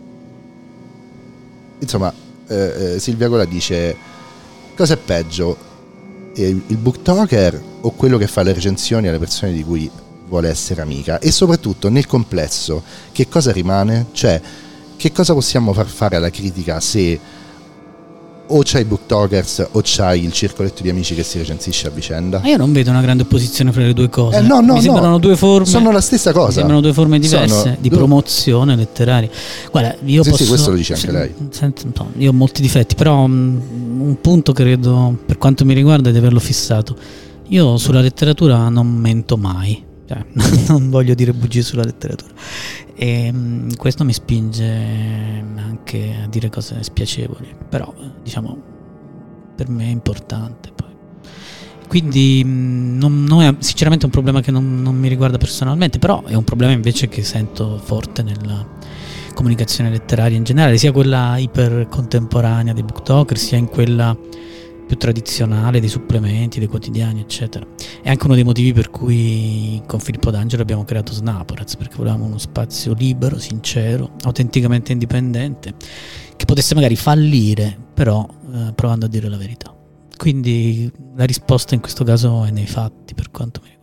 insomma, Silvia Gola dice: cosa è peggio, il booktoker o quello che fa le recensioni alle persone di cui vuole essere amica? E soprattutto, nel complesso, che cosa rimane? Cioè, che cosa possiamo far fare alla critica se o c'hai i booktokers o c'hai il circoletto di amici che si recensisce a vicenda? Io non vedo una grande opposizione fra le due cose. No, mi sembrano due forme. Sono la stessa cosa. Mi sembrano due forme diverse di promozione letteraria. Guarda, io sì, questo lo dice anche lei. Io ho molti difetti, però un punto credo, per quanto mi riguarda, di averlo fissato. Io sulla letteratura non mento mai. Cioè, non voglio dire bugie sulla letteratura, e questo mi spinge anche a dire cose spiacevoli, però diciamo per me è importante. Poi quindi non è sinceramente un problema che non mi riguarda personalmente, però è un problema invece che sento forte nella comunicazione letteraria in generale, sia quella iper contemporanea dei booktoker, sia in quella più tradizionale dei supplementi, dei quotidiani, eccetera. È anche uno dei motivi per cui con Filippo D'Angelo abbiamo creato Snaporaz, perché volevamo uno spazio libero, sincero, autenticamente indipendente, che potesse magari fallire, però provando a dire la verità. Quindi la risposta in questo caso è nei fatti, per quanto mi riguarda.